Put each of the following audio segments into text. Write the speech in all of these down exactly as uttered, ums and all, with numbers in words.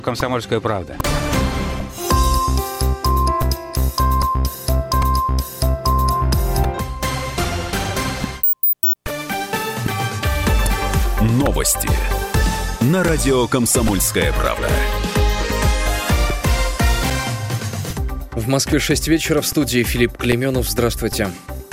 «Комсомольская правда». Новости на радио «Комсомольская правда». В Москве шесть вечера, в студии Филипп Клеменов. Здравствуйте.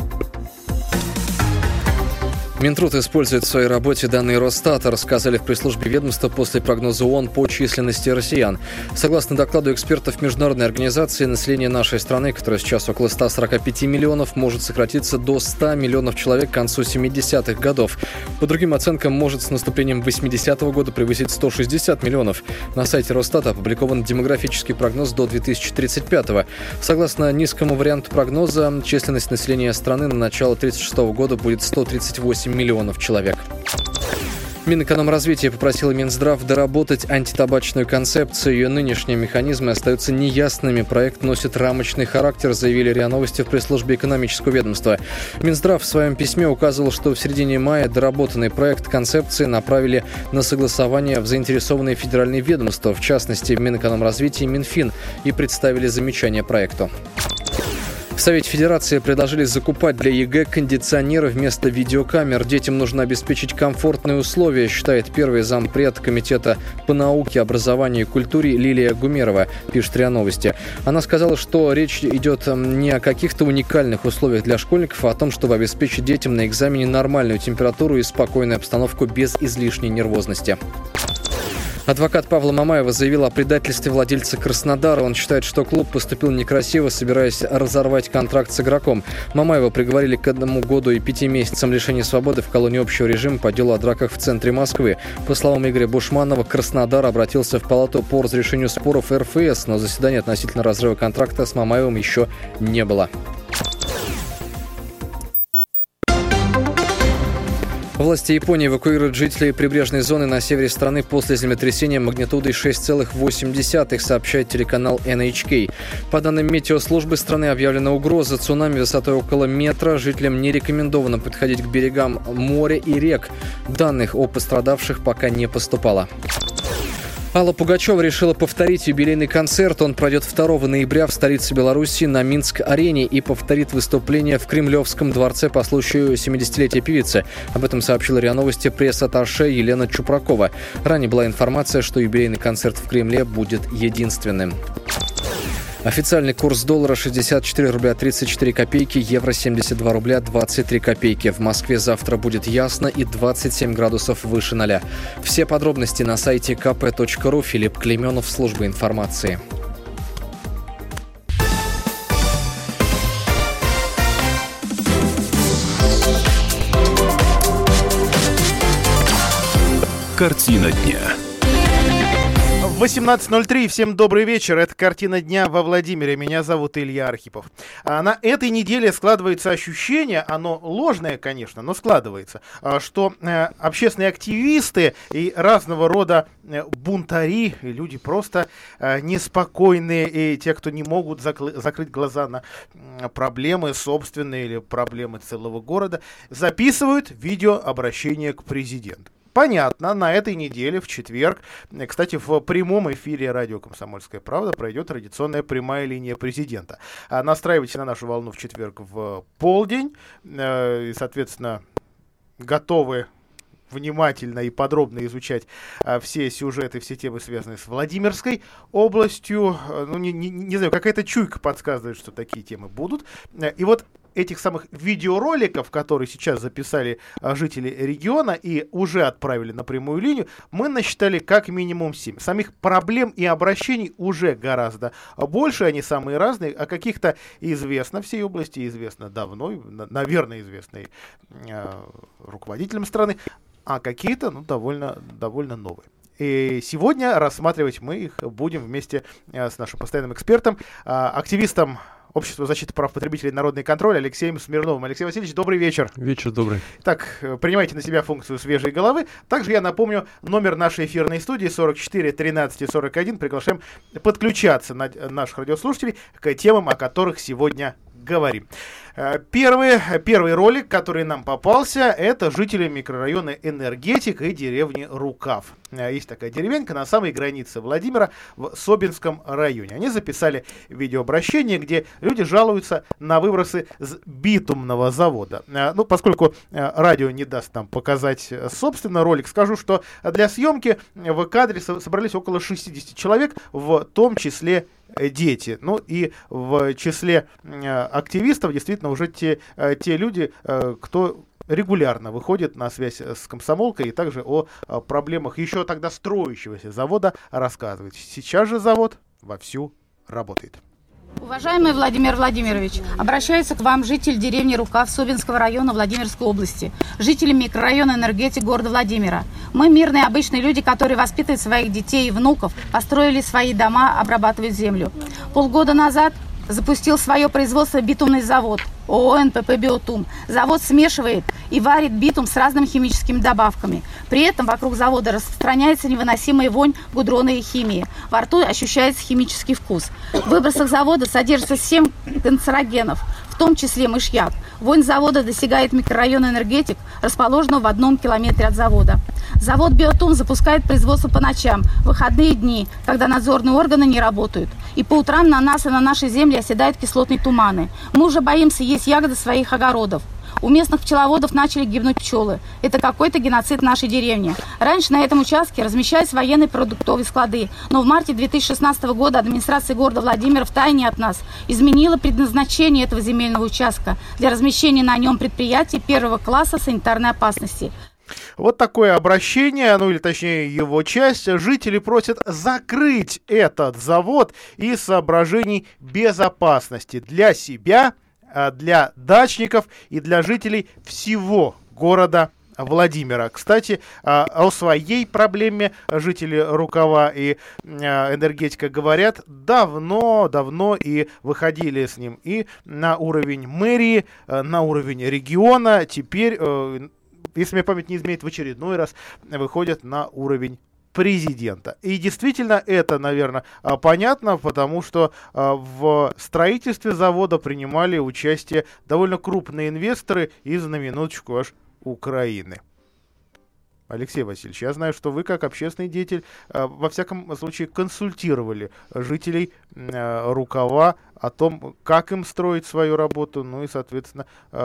Минтруд использует в своей работе данные Росстата, рассказали в пресс-службе ведомства после прогноза ООН по численности россиян. Согласно докладу экспертов международной организации, население нашей страны, которое сейчас около ста сорока пяти миллионов, может сократиться до ста миллионов человек к концу семидесятых годов. По другим оценкам, может с наступлением восьмидесятого года превысить сто шестьдесят миллионов. На сайте Росстата опубликован демографический прогноз до две тысячи тридцать пятого. Согласно низкому варианту прогноза, численность населения страны на начало тридцать шестого года будет сто тридцать восемь миллионов человек. Минэкономразвития попросила Минздрав доработать антитабачную концепцию. Ее нынешние механизмы остаются неясными. Проект носит рамочный характер, заявили РИА Новости в пресс-службе экономического ведомства. Минздрав в своем письме указывал, что в середине мая доработанный проект концепции направили на согласование в заинтересованные федеральные ведомства, в частности, в Минэкономразвитии и Минфин, и представили замечания проекту. В Совете Федерации предложили закупать для ЕГЭ кондиционеры вместо видеокамер. Детям нужно обеспечить комфортные условия, считает первый зампред Комитета по науке, образованию и культуре Лилия Гумерова, пишет РИА Новости. Она сказала, что речь идет не о каких-то уникальных условиях для школьников, а о том, чтобы обеспечить детям на экзамене нормальную температуру и спокойную обстановку без излишней нервозности. Адвокат Павла Мамаева заявил о предательстве владельца Краснодара. Он считает, что клуб поступил некрасиво, собираясь разорвать контракт с игроком. Мамаева приговорили к одному году и пяти месяцам лишения свободы в колонии общего режима по делу о драках в центре Москвы. По словам Игоря Бушманова, Краснодар обратился в палату по разрешению споров эр эф эс, но заседания относительно разрыва контракта с Мамаевым еще не было. Власти Японии эвакуируют жителей прибрежной зоны на севере страны после землетрясения магнитудой шесть целых восемь десятых, сообщает телеканал эн эйч кей. По данным метеослужбы страны объявлена угроза цунами высотой около метра. Жителям не рекомендовано подходить к берегам моря и рек. Данных о пострадавших пока не поступало. Алла Пугачева решила повторить юбилейный концерт. Он пройдет второго ноября в столице Беларуси на Минск-арене и повторит выступление в Кремлевском дворце по случаю семидесятилетия певицы. Об этом сообщила РИА Новости пресс-атташе Елена Чупракова. Ранее была информация, что юбилейный концерт в Кремле будет единственным. Официальный курс доллара шестьдесят четыре рубля тридцать четыре копейки, евро семьдесят два рубля двадцать три копейки. В Москве завтра будет ясно и двадцать семь градусов выше ноля. Все подробности на сайте ка пэ точка ру. Филипп Клеменов, служба информации. Картина дня. восемнадцать ноль три. Всем добрый вечер. Это «Картина дня» во Владимире. Меня зовут Илья Архипов. А на этой неделе складывается ощущение, оно ложное, конечно, но складывается, что э, общественные активисты и разного рода э, бунтари, и люди просто э, неспокойные, и те, кто не могут закл- закрыть глаза на э, проблемы собственные или проблемы целого города, записывают видеообращение к президенту. Понятно, на этой неделе, в четверг, кстати, в прямом эфире радио «Комсомольская правда» пройдет традиционная прямая линия президента. Настраивайтесь на нашу волну в четверг в полдень, и, соответственно, готовы внимательно и подробно изучать а, все сюжеты, все темы, связанные с Владимирской областью. Ну, не, не, не знаю, какая-то чуйка подсказывает, что такие темы будут. И вот этих самых видеороликов, которые сейчас записали а, жители региона и уже отправили на прямую линию, мы насчитали как минимум семь. Самих проблем и обращений уже гораздо больше, они самые разные. О каких-то известно всей области, известно давно, наверное, известно и э, руководителям страны, а какие-то, ну, довольно, довольно новые. И сегодня рассматривать мы их будем вместе э, с нашим постоянным экспертом, э, активистом Общества защиты прав потребителей и народный контроль Алексеем Смирновым. Алексей Васильевич, добрый вечер. Вечер добрый. Так, принимайте на себя функцию свежей головы. Также я напомню, номер нашей эфирной студии сорок четыре тринадцать сорок один. Приглашаем подключаться на наших радиослушателей к темам, о которых сегодня говорим. Первый, первый ролик, который нам попался, это жители микрорайона Энергетик и деревни Рукав. Есть такая деревенька на самой границе Владимира в Собинском районе. Они записали видеообращение, где люди жалуются на выбросы с битумного завода. Ну, поскольку радио не даст нам показать, собственно, ролик, скажу, что для съемки в кадре собрались около шестьдесят человек, в том числе дети. Ну и в числе активистов действительно уже те, те люди, кто регулярно выходит на связь с комсомолкой и также о, о проблемах еще тогда строящегося завода рассказывает. Сейчас же завод вовсю работает. Уважаемый Владимир Владимирович, обращается к вам житель деревни Рукав Собинского района Владимирской области, жители микрорайона Энергетик города Владимира. Мы мирные обычные люди, которые воспитывают своих детей и внуков, построили свои дома, обрабатывают землю. Полгода назад запустил свое производство битумный завод ООО эн пэ пэ «Биотум». Завод смешивает и варит битум с разными химическими добавками. При этом вокруг завода распространяется невыносимая вонь гудрона и химии. Во рту ощущается химический вкус. В выбросах завода содержится семь канцерогенов, в том числе мышьяк. Вонь завода достигает микрорайона Энергетик, расположенного в одном километре от завода. Завод «Биотум» запускает производство по ночам, в выходные дни, когда надзорные органы не работают. И по утрам на нас и на нашей земле оседают кислотные туманы. Мы уже боимся есть ягоды своих огородов. У местных пчеловодов начали гибнуть пчелы. Это какой-то геноцид нашей деревни. Раньше на этом участке размещались военные продуктовые склады. Но в марте две тысячи шестнадцатого года администрация города Владимира втайне от нас изменила предназначение этого земельного участка для размещения на нем предприятий первого класса санитарной опасности. Вот такое обращение, ну или точнее его часть. Жители просят закрыть этот завод из соображений безопасности для себя, для дачников и для жителей всего города Владимира. Кстати, о своей проблеме жители Рукава и Энергетика говорят давно, давно и выходили с ним и на уровень мэрии, на уровень региона. Теперь, если мне память не изменит, в очередной раз выходят на уровень президента. И действительно это, наверное, понятно, потому что в строительстве завода принимали участие довольно крупные инвесторы из, на минуточку, аж Украины. Алексей Васильевич, я знаю, что вы, как общественный деятель, во всяком случае консультировали жителей Рукава о том, как им строить свою работу, ну и, соответственно,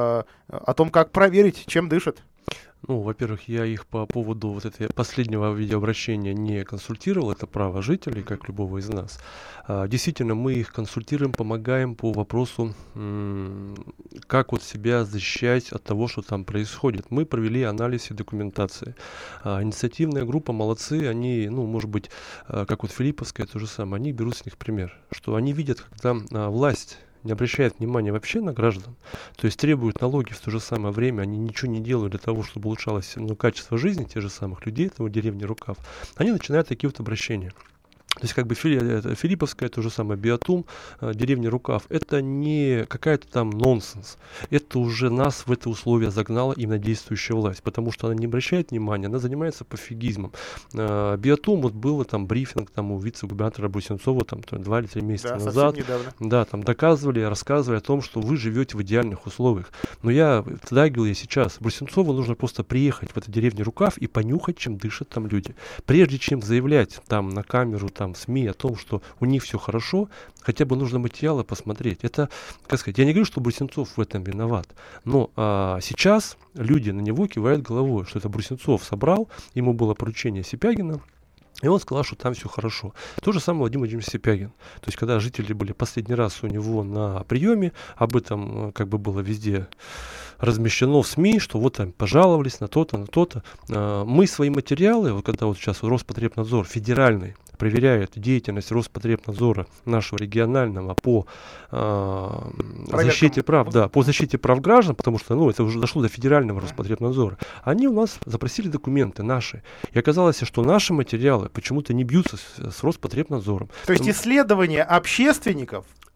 о том, как проверить, чем дышат. Ну, во-первых, я их по поводу вот этого последнего видеообращения не консультировал, это право жителей, как любого из нас. А, действительно, мы их консультируем, помогаем по вопросу, м- как вот себя защищать от того, что там происходит. Мы провели анализ и документации. А, инициативная группа, молодцы, они, ну, может быть, а, как вот Филипповская, то же самое, они берут с них пример, что они видят, когда а, власть не обращает внимания вообще на граждан, то есть требуют налоги в то же самое время, они ничего не делают для того, чтобы улучшалось, ну, качество жизни тех же самых людей, этого деревни Рукав, они начинают такие вот обращения. То есть как бы Филипповская, то же самое Биотум, деревня Рукав, это не какая-то там нонсенс. Это уже нас в это условие загнала именно действующая власть, потому что она не обращает внимания, она занимается пофигизмом. Биотум, вот был там брифинг там, у вице-губернатора Брусенцова там два или три месяца да, назад. Да, там доказывали, рассказывали о том, что вы живете в идеальных условиях. Но я тогда говорил, я сейчас, Брусенцову нужно просто приехать в эту деревню Рукав и понюхать, чем дышат там люди. Прежде чем заявлять там на камеру, там, там, СМИ о том, что у них все хорошо, хотя бы нужно материалы посмотреть. Это, как сказать, я не говорю, что Брусенцов в этом виноват, но а, сейчас люди на него кивают головой, что это Брусенцов собрал, ему было поручение Сипягина, и он сказал, что там все хорошо. То же самое Владимир Владимирович Сипягин. То есть, когда жители были последний раз у него на приеме, об этом как бы было везде размещено в СМИ, что вот там пожаловались на то-то, на то-то. Мы свои материалы, вот когда вот сейчас Роспотребнадзор федеральный проверяет деятельность Роспотребнадзора нашего регионального по э, защите прав, да, по защите прав граждан, потому что, ну, это уже дошло до федерального Роспотребнадзора. Они у нас запросили документы наши, и оказалось, что наши материалы почему-то не бьются с, с Роспотребнадзором. То есть исследования общественников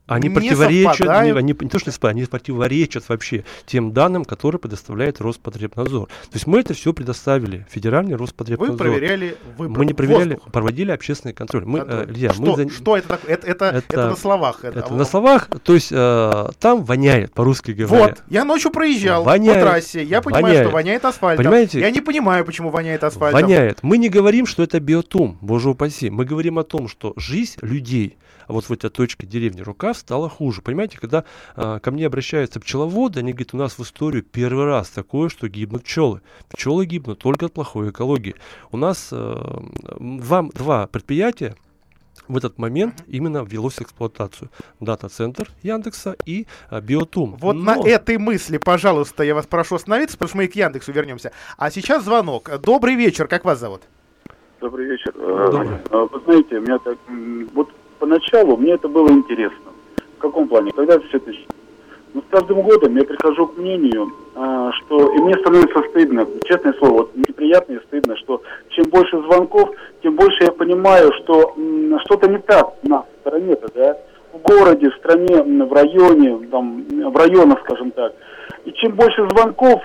Они не противоречат, не, совпадают. они не то, что не совпадают, они противоречат вообще тем данным, которые предоставляет Роспотребнадзор. То есть мы это все предоставили, Федеральный Роспотребнадзор. Вы проверяли выпуск. Мы не проверяли, проводили общественный контроль. Мы, э, Илья, что, мы за... что это такое? Это, это, это, это на словах. Это, это на словах, то есть э, там воняет, по-русски говоря. Вот, я ночью проезжал воняет, по трассе, я понимаю, воняет. что воняет асфальтом. Понимаете? Я не понимаю, почему воняет асфальтом. Воняет. Мы не говорим, что это биотум, боже упаси. Мы говорим о том, что жизнь людей, а вот в этой точке деревни Рукав, стала хуже. Понимаете, когда э, ко мне обращаются пчеловоды, они говорят, у нас в истории первый раз такое, что гибнут пчелы. Пчелы гибнут только от плохой экологии. У нас э, вам два предприятия в этот момент именно ввелось в эксплуатацию. Дата-центр Яндекса и а, Биотум. Вот Но... на этой мысли, пожалуйста, я вас прошу остановиться, потому что мы и к Яндексу вернемся. А сейчас звонок. Добрый вечер, как вас зовут? Добрый вечер. Добрый. Вы знаете, у меня так, вот поначалу мне это было интересно. В каком плане? Когда все это... Но с каждым годом я прихожу к мнению, что и мне становится стыдно, честное слово, вот неприятно и стыдно, что чем больше звонков, тем больше я понимаю, что что-то не так на стороне-то, да, в городе, в стране, в районе, там, в районах, скажем так. И чем больше звонков,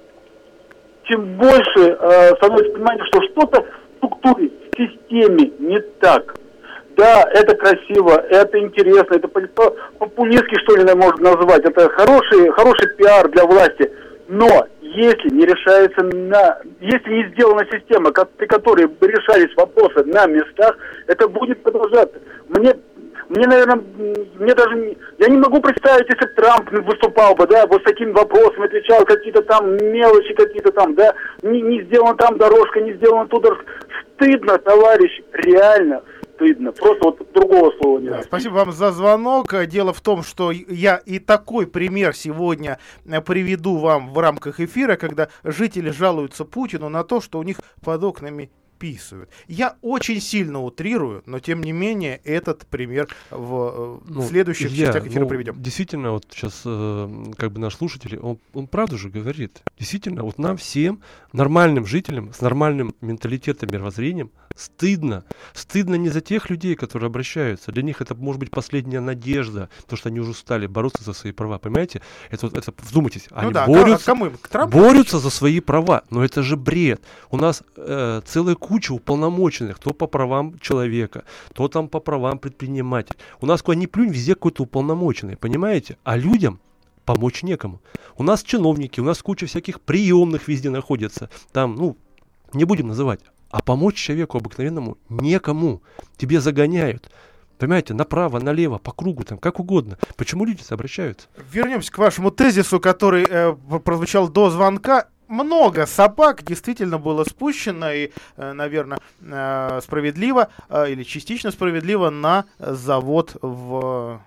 тем больше э, становится понимание, что что-то в структуре, в системе не так. Да, это красиво, это интересно, это популистски, что ли, можно назвать, это хороший, хороший пиар для власти, но если не решается на, если не сделана система, при которой бы решались вопросы на местах, это будет продолжаться. Мне, мне, наверное, мне даже, я не могу представить, если Трамп выступал бы, да, вот с такими вопросами, отвечал какие-то там мелочи, какие-то там, да, не, не сделана там дорожка, не сделана тут дорожка. Стыдно, товарищ, реально стыдно. Просто вот другого слова нет. Да, спасибо вам за звонок. Дело в том, что я и такой пример сегодня приведу вам в рамках эфира, когда жители жалуются Путину на то, что у них под окнами писают. Я очень сильно утрирую, но тем не менее этот пример в ну, следующих Илья, частях эфира ну, приведем. Действительно, вот сейчас э, как бы наш слушатель, он, он правду же говорит. Действительно, вот нам всем, нормальным жителям, с нормальным менталитетом, мировоззрением, стыдно. Стыдно не за тех людей, которые обращаются. Для них это может быть последняя надежда, потому что они уже устали бороться за свои права. Понимаете? Это, это вдумайтесь, они ну да, борются, а кому? К Трампу? борются за свои права. Но это же бред. У нас э, целая куча уполномоченных, кто по правам человека, кто там по правам предпринимателя. У нас куда ни плюнь, везде какой-то уполномоченный, понимаете? А людям помочь некому. У нас чиновники, у нас куча всяких приемных везде находятся. Там, ну, не будем называть. А помочь человеку обыкновенному некому. Тебе загоняют. Понимаете, направо, налево, по кругу, там, как угодно. Почему люди обращаются? Вернемся к вашему тезису, который э, прозвучал до звонка. Много собак действительно было спущено и, э, наверное, э, справедливо э, или частично справедливо на завод в...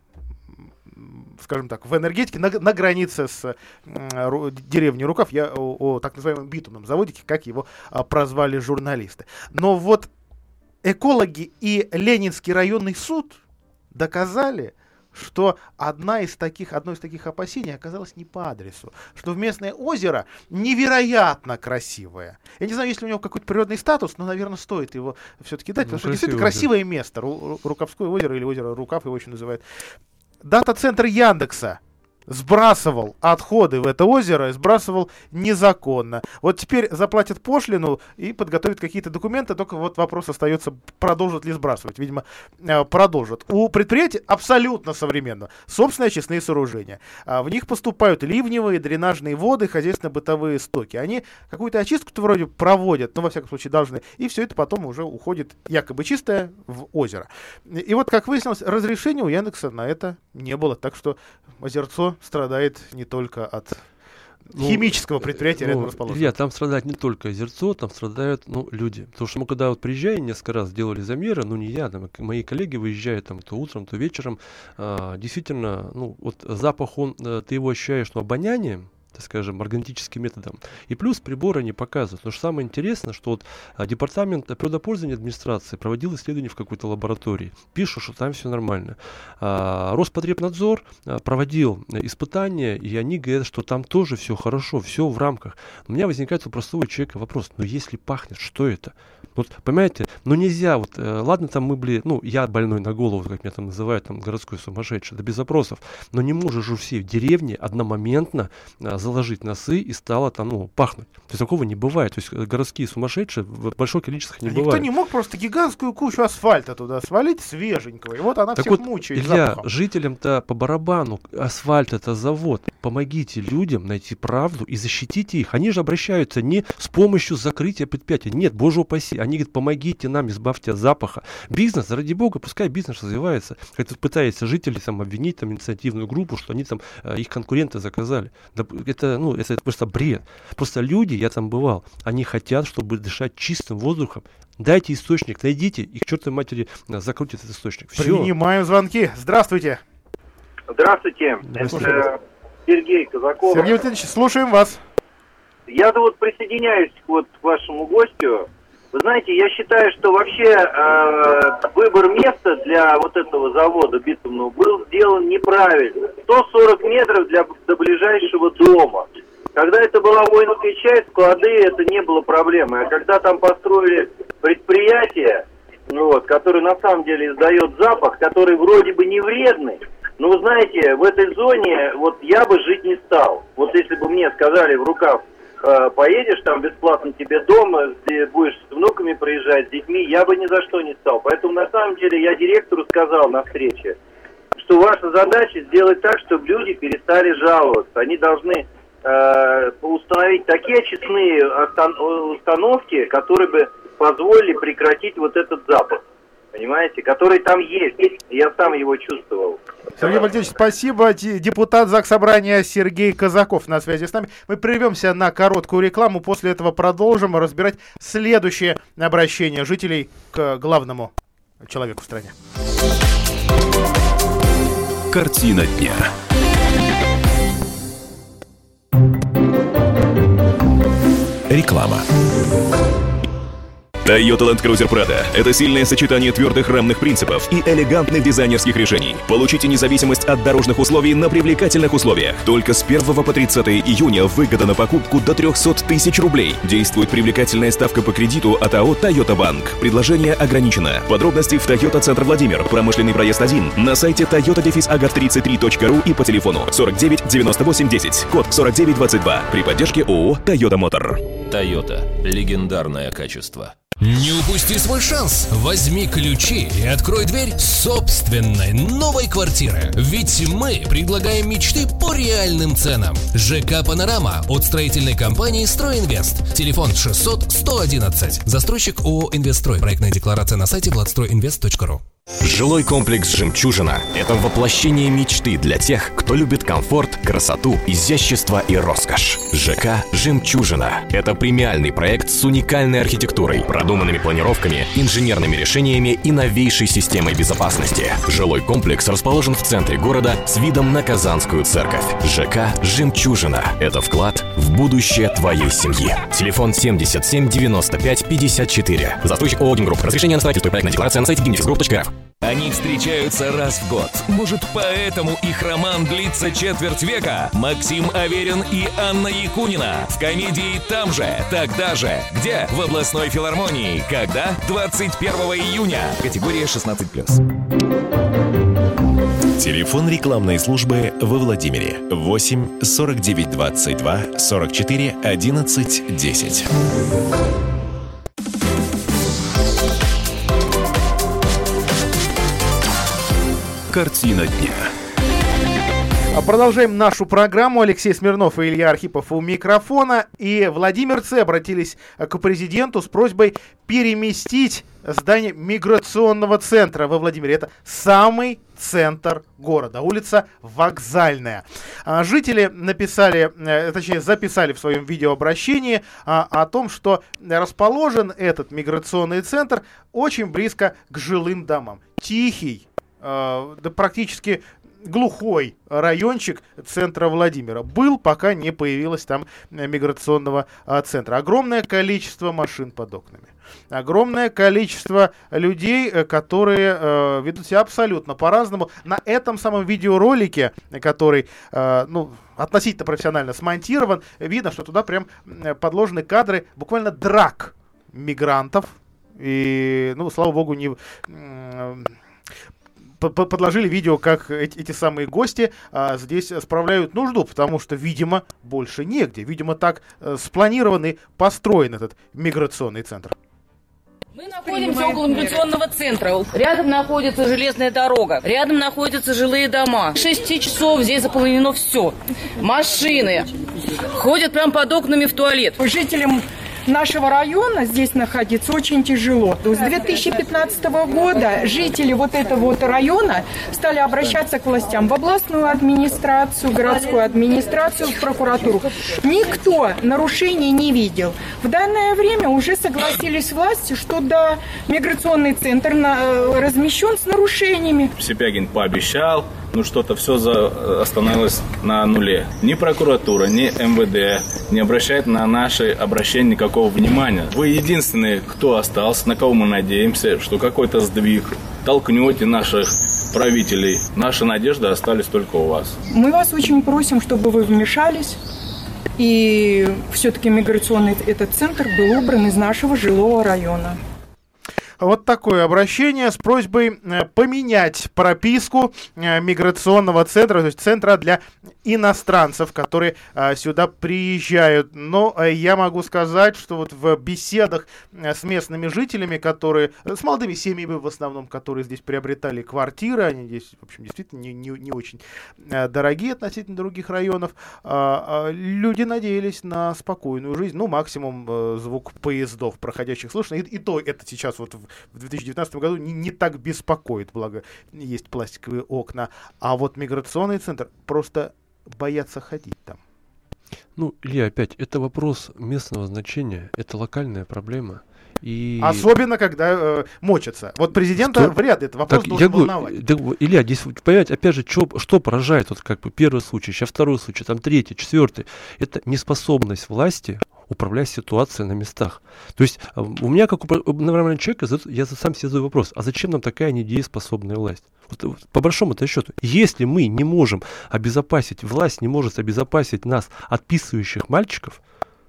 скажем так, в энергетике на, на границе с э, ру, деревней Рукав, я о, о так называемом битумном заводике, как его а, прозвали журналисты. Но вот экологи и Ленинский районный суд доказали, что одна из таких, одно из таких опасений оказалось не по адресу, что местное озеро невероятно красивое. Я не знаю, есть ли у него какой-то природный статус, но, наверное, стоит его все-таки дать, ну, потому что действительно красивое озеро. место. Ру, Рукавское озеро или озеро Рукав его еще называют. Дата-центр Яндекса сбрасывал отходы в это озеро и сбрасывал незаконно. Вот теперь заплатят пошлину и подготовят какие-то документы, только вот вопрос остается, продолжат ли сбрасывать. Видимо, продолжат. У предприятия абсолютно современно собственные очистные сооружения. В них поступают ливневые, дренажные воды, хозяйственно-бытовые стоки. Они какую-то очистку-то вроде проводят, но во всяком случае должны. И все это потом уже уходит якобы чистое в озеро. И вот, как выяснилось, разрешения у Яндекса на это не было. Так что озерцо страдает не только от ну, химического предприятия ну, рядом расположенного. Илья, там страдает не только озерцо, там страдают ну, люди. Потому что мы когда вот приезжаем, несколько раз делали замеры, ну не я, там, мои коллеги выезжают там, то утром, то вечером. А, действительно, ну вот запах, он, ты его ощущаешь ну, обонянием, так скажем, органическим методом. И плюс приборы не показывают. Но что самое интересное, что вот а, департамент природопользования администрации проводил исследование в какой-то лаборатории. Пишут, что там все нормально. А, Роспотребнадзор а, проводил испытания, и они говорят, что там тоже все хорошо, все в рамках. У меня возникает у простого человека вопрос, но если пахнет, что это? Вот, понимаете, Но нельзя, вот, э, ладно, там мы были, ну, я больной на голову, как меня там называют, там, городской сумасшедший, да без запросов, но не можешь же все в деревне одномоментно а, заложить носы и стало там, ну, пахнуть. То есть такого не бывает. То есть городские сумасшедшие в больших количествах не а бывает. Никто не мог просто гигантскую кучу асфальта туда свалить свеженького, и вот она так всех вот, мучает Илья, запахом. жителям-то по барабану, асфальт это завод. Помогите людям найти правду и защитите их. Они же обращаются не с помощью закрытия предприятия. Нет, боже упаси. Они говорят, помогите нам, избавьте от запаха. Бизнес, ради бога, пускай бизнес развивается. Как тут пытаются жители там обвинить там инициативную группу, что они там э, их конкуренты заказали. Да, это, ну, это, это просто бред. Просто люди, я там бывал, они хотят, чтобы дышать чистым воздухом. Дайте источник, найдите, и к чертовой матери закрутит этот источник. Все. Принимаем звонки. Здравствуйте. Здравствуйте. Здравствуйте. Это Сергей Казаков. Сергей Валерьевич, слушаем вас. Я вот присоединяюсь вот к вашему гостю. Вы знаете, я считаю, что вообще э, выбор места для вот этого завода битумного был сделан неправильно. сто сорок метров для, до ближайшего дома. Когда это была воинская часть, склады, это не было проблемой. А когда там построили предприятие, вот, которое на самом деле издает запах, который вроде бы не вредный, но вы знаете, в этой зоне вот я бы жить не стал. Вот если бы мне сказали в рукав, э, поедешь там бесплатно тебе дома, будешь с внуками проезжать, с детьми, я бы ни за что не стал. Поэтому на самом деле я директору сказал на встрече, что ваша задача сделать так, чтобы люди перестали жаловаться. Они должны э, установить такие очистные установки, которые бы позволили прекратить вот этот запах. Понимаете, который там есть. Я сам его чувствовал. Сергей Валерьевич, спасибо. Депутат Заксобрания Сергей Казаков на связи с нами. Мы прервемся на короткую рекламу. После этого продолжим разбирать следующее обращение жителей к главному человеку в стране. Картина дня. Реклама. Toyota Land Cruiser Prado – это сильное сочетание твердых рамных принципов и элегантных дизайнерских решений. Получите независимость от дорожных условий на привлекательных условиях. Только с первого по тридцатое июня выгода на покупку до триста тысяч рублей. Действует привлекательная ставка по кредиту от АО Toyota Bank. Предложение ограничено. Подробности в Toyota Центр Владимир, промышленный проезд один, на сайте тойота агат тридцать три точка ру и по телефону сорок девять девяносто восемь десять, код сорок девять двадцать два, при поддержке ООО Toyota Motor. Toyota. Легендарное качество. Не упусти свой шанс. Возьми ключи и открой дверь собственной новой квартиры. Ведь мы предлагаем мечты по реальным ценам. ЖК «Панорама» от строительной компании «Стройинвест». Телефон шестьсот сто одиннадцать. Застройщик ООО «Инвестстрой». Проектная декларация на сайте владстройинвест точка ру. Жилой комплекс «Жемчужина» — это воплощение мечты для тех, кто любит комфорт, красоту, изящество и роскошь. ЖК «Жемчужина» — это премиальный проект с уникальной архитектурой, продуманными планировками, инженерными решениями и новейшей системой безопасности. Жилой комплекс расположен в центре города с видом на Казанскую церковь. ЖК «Жемчужина» — это вклад в будущее твоей семьи. Телефон семьдесят семь девяносто пять пятьдесят четыре. Застройщик ООО «Гимгрупп». Разрешение на строительство и проектная декларация на сайте гимнификсгрупп точка рф. Они встречаются раз в год. Может, поэтому их роман длится четверть века? Максим Аверин и Анна Якунина в комедии «Там же, тогда же». Где? В областной филармонии. Когда? двадцать первого июня. Категория шестнадцать плюс. Телефон рекламной службы во Владимире восемь сорок девять двадцать два сорок четыре одиннадцать десять. Картина дня. Продолжаем нашу программу. Алексей Смирнов и Илья Архипов у микрофона. И владимирцы обратились к президенту с просьбой переместить здание миграционного центра во Владимире. Это самый центр города, улица Вокзальная. Жители написали, точнее записали в своем видеообращении о том, что расположен этот миграционный центр очень близко к жилым домам. Тихий, да практически глухой райончик центра Владимира. Был, пока не появилось там миграционного а, центра. Огромное количество машин под окнами. Огромное количество людей, которые э, ведут себя абсолютно по-разному. На этом самом видеоролике, который э, ну, относительно профессионально смонтирован, видно, что туда прям подложены кадры буквально драк мигрантов И, ну, слава богу, не... подложили видео, как эти, эти самые гости а, здесь справляют нужду, потому что, видимо, больше негде. Видимо, так а, спланирован и построен этот миграционный центр. Мы находимся около миграционного центра. Рядом находится железная дорога. Рядом находятся жилые дома. Шести часов здесь заполнено все. Машины ходят прямо под окнами в туалет. Жителям нашего района здесь находиться очень тяжело. С две тысячи пятнадцатого года жители вот этого вот района стали обращаться к властям, в областную администрацию, городскую администрацию, в прокуратуру. Никто нарушений не видел. В данное время уже согласились власти, что да, миграционный центр на, размещен с нарушениями. Сипягин пообещал, но что-то все за, остановилось на нуле. Ни прокуратура, ни эм вэ дэ не обращает на наши обращения никакого внимания. Вы единственные, кто остался, на кого мы надеемся, что какой-то сдвиг толкнете наших правителей. Наши надежды остались только у вас. Мы вас очень просим, чтобы вы вмешались, и все-таки миграционный этот центр был убран из нашего жилого района. Вот такое обращение с просьбой поменять прописку миграционного центра, то есть центра для иностранцев, которые а, сюда приезжают. Но а, я могу сказать, что вот в беседах а, с местными жителями, которые, с молодыми семьями в основном, которые здесь приобретали квартиры, они здесь, в общем, действительно не, не, не очень а, дорогие относительно других районов, а, а, люди надеялись на спокойную жизнь, ну, максимум а, звук поездов, проходящих слышно, и, и то это сейчас вот в, в две тысячи девятнадцатом году не, не так беспокоит, благо есть пластиковые окна, а вот миграционный центр просто боятся ходить там. Ну, Илья, опять, это вопрос местного значения, это локальная проблема. И... Особенно, когда э, мочатся. Вот президента что? Вряд ли этот вопрос так, должен волновать. Да, Илья, здесь, понимаете, опять же, что, что поражает, вот как бы первый случай, сейчас второй случай, там третий, четвертый. Это неспособность власти управлять ситуацией на местах. То есть у меня, как у нормального человека, я сам себе задаю вопрос, а зачем нам такая недееспособная власть? Вот, по большому-то счету, если мы не можем обезопасить, власть не может обезопасить нас от писающих мальчиков,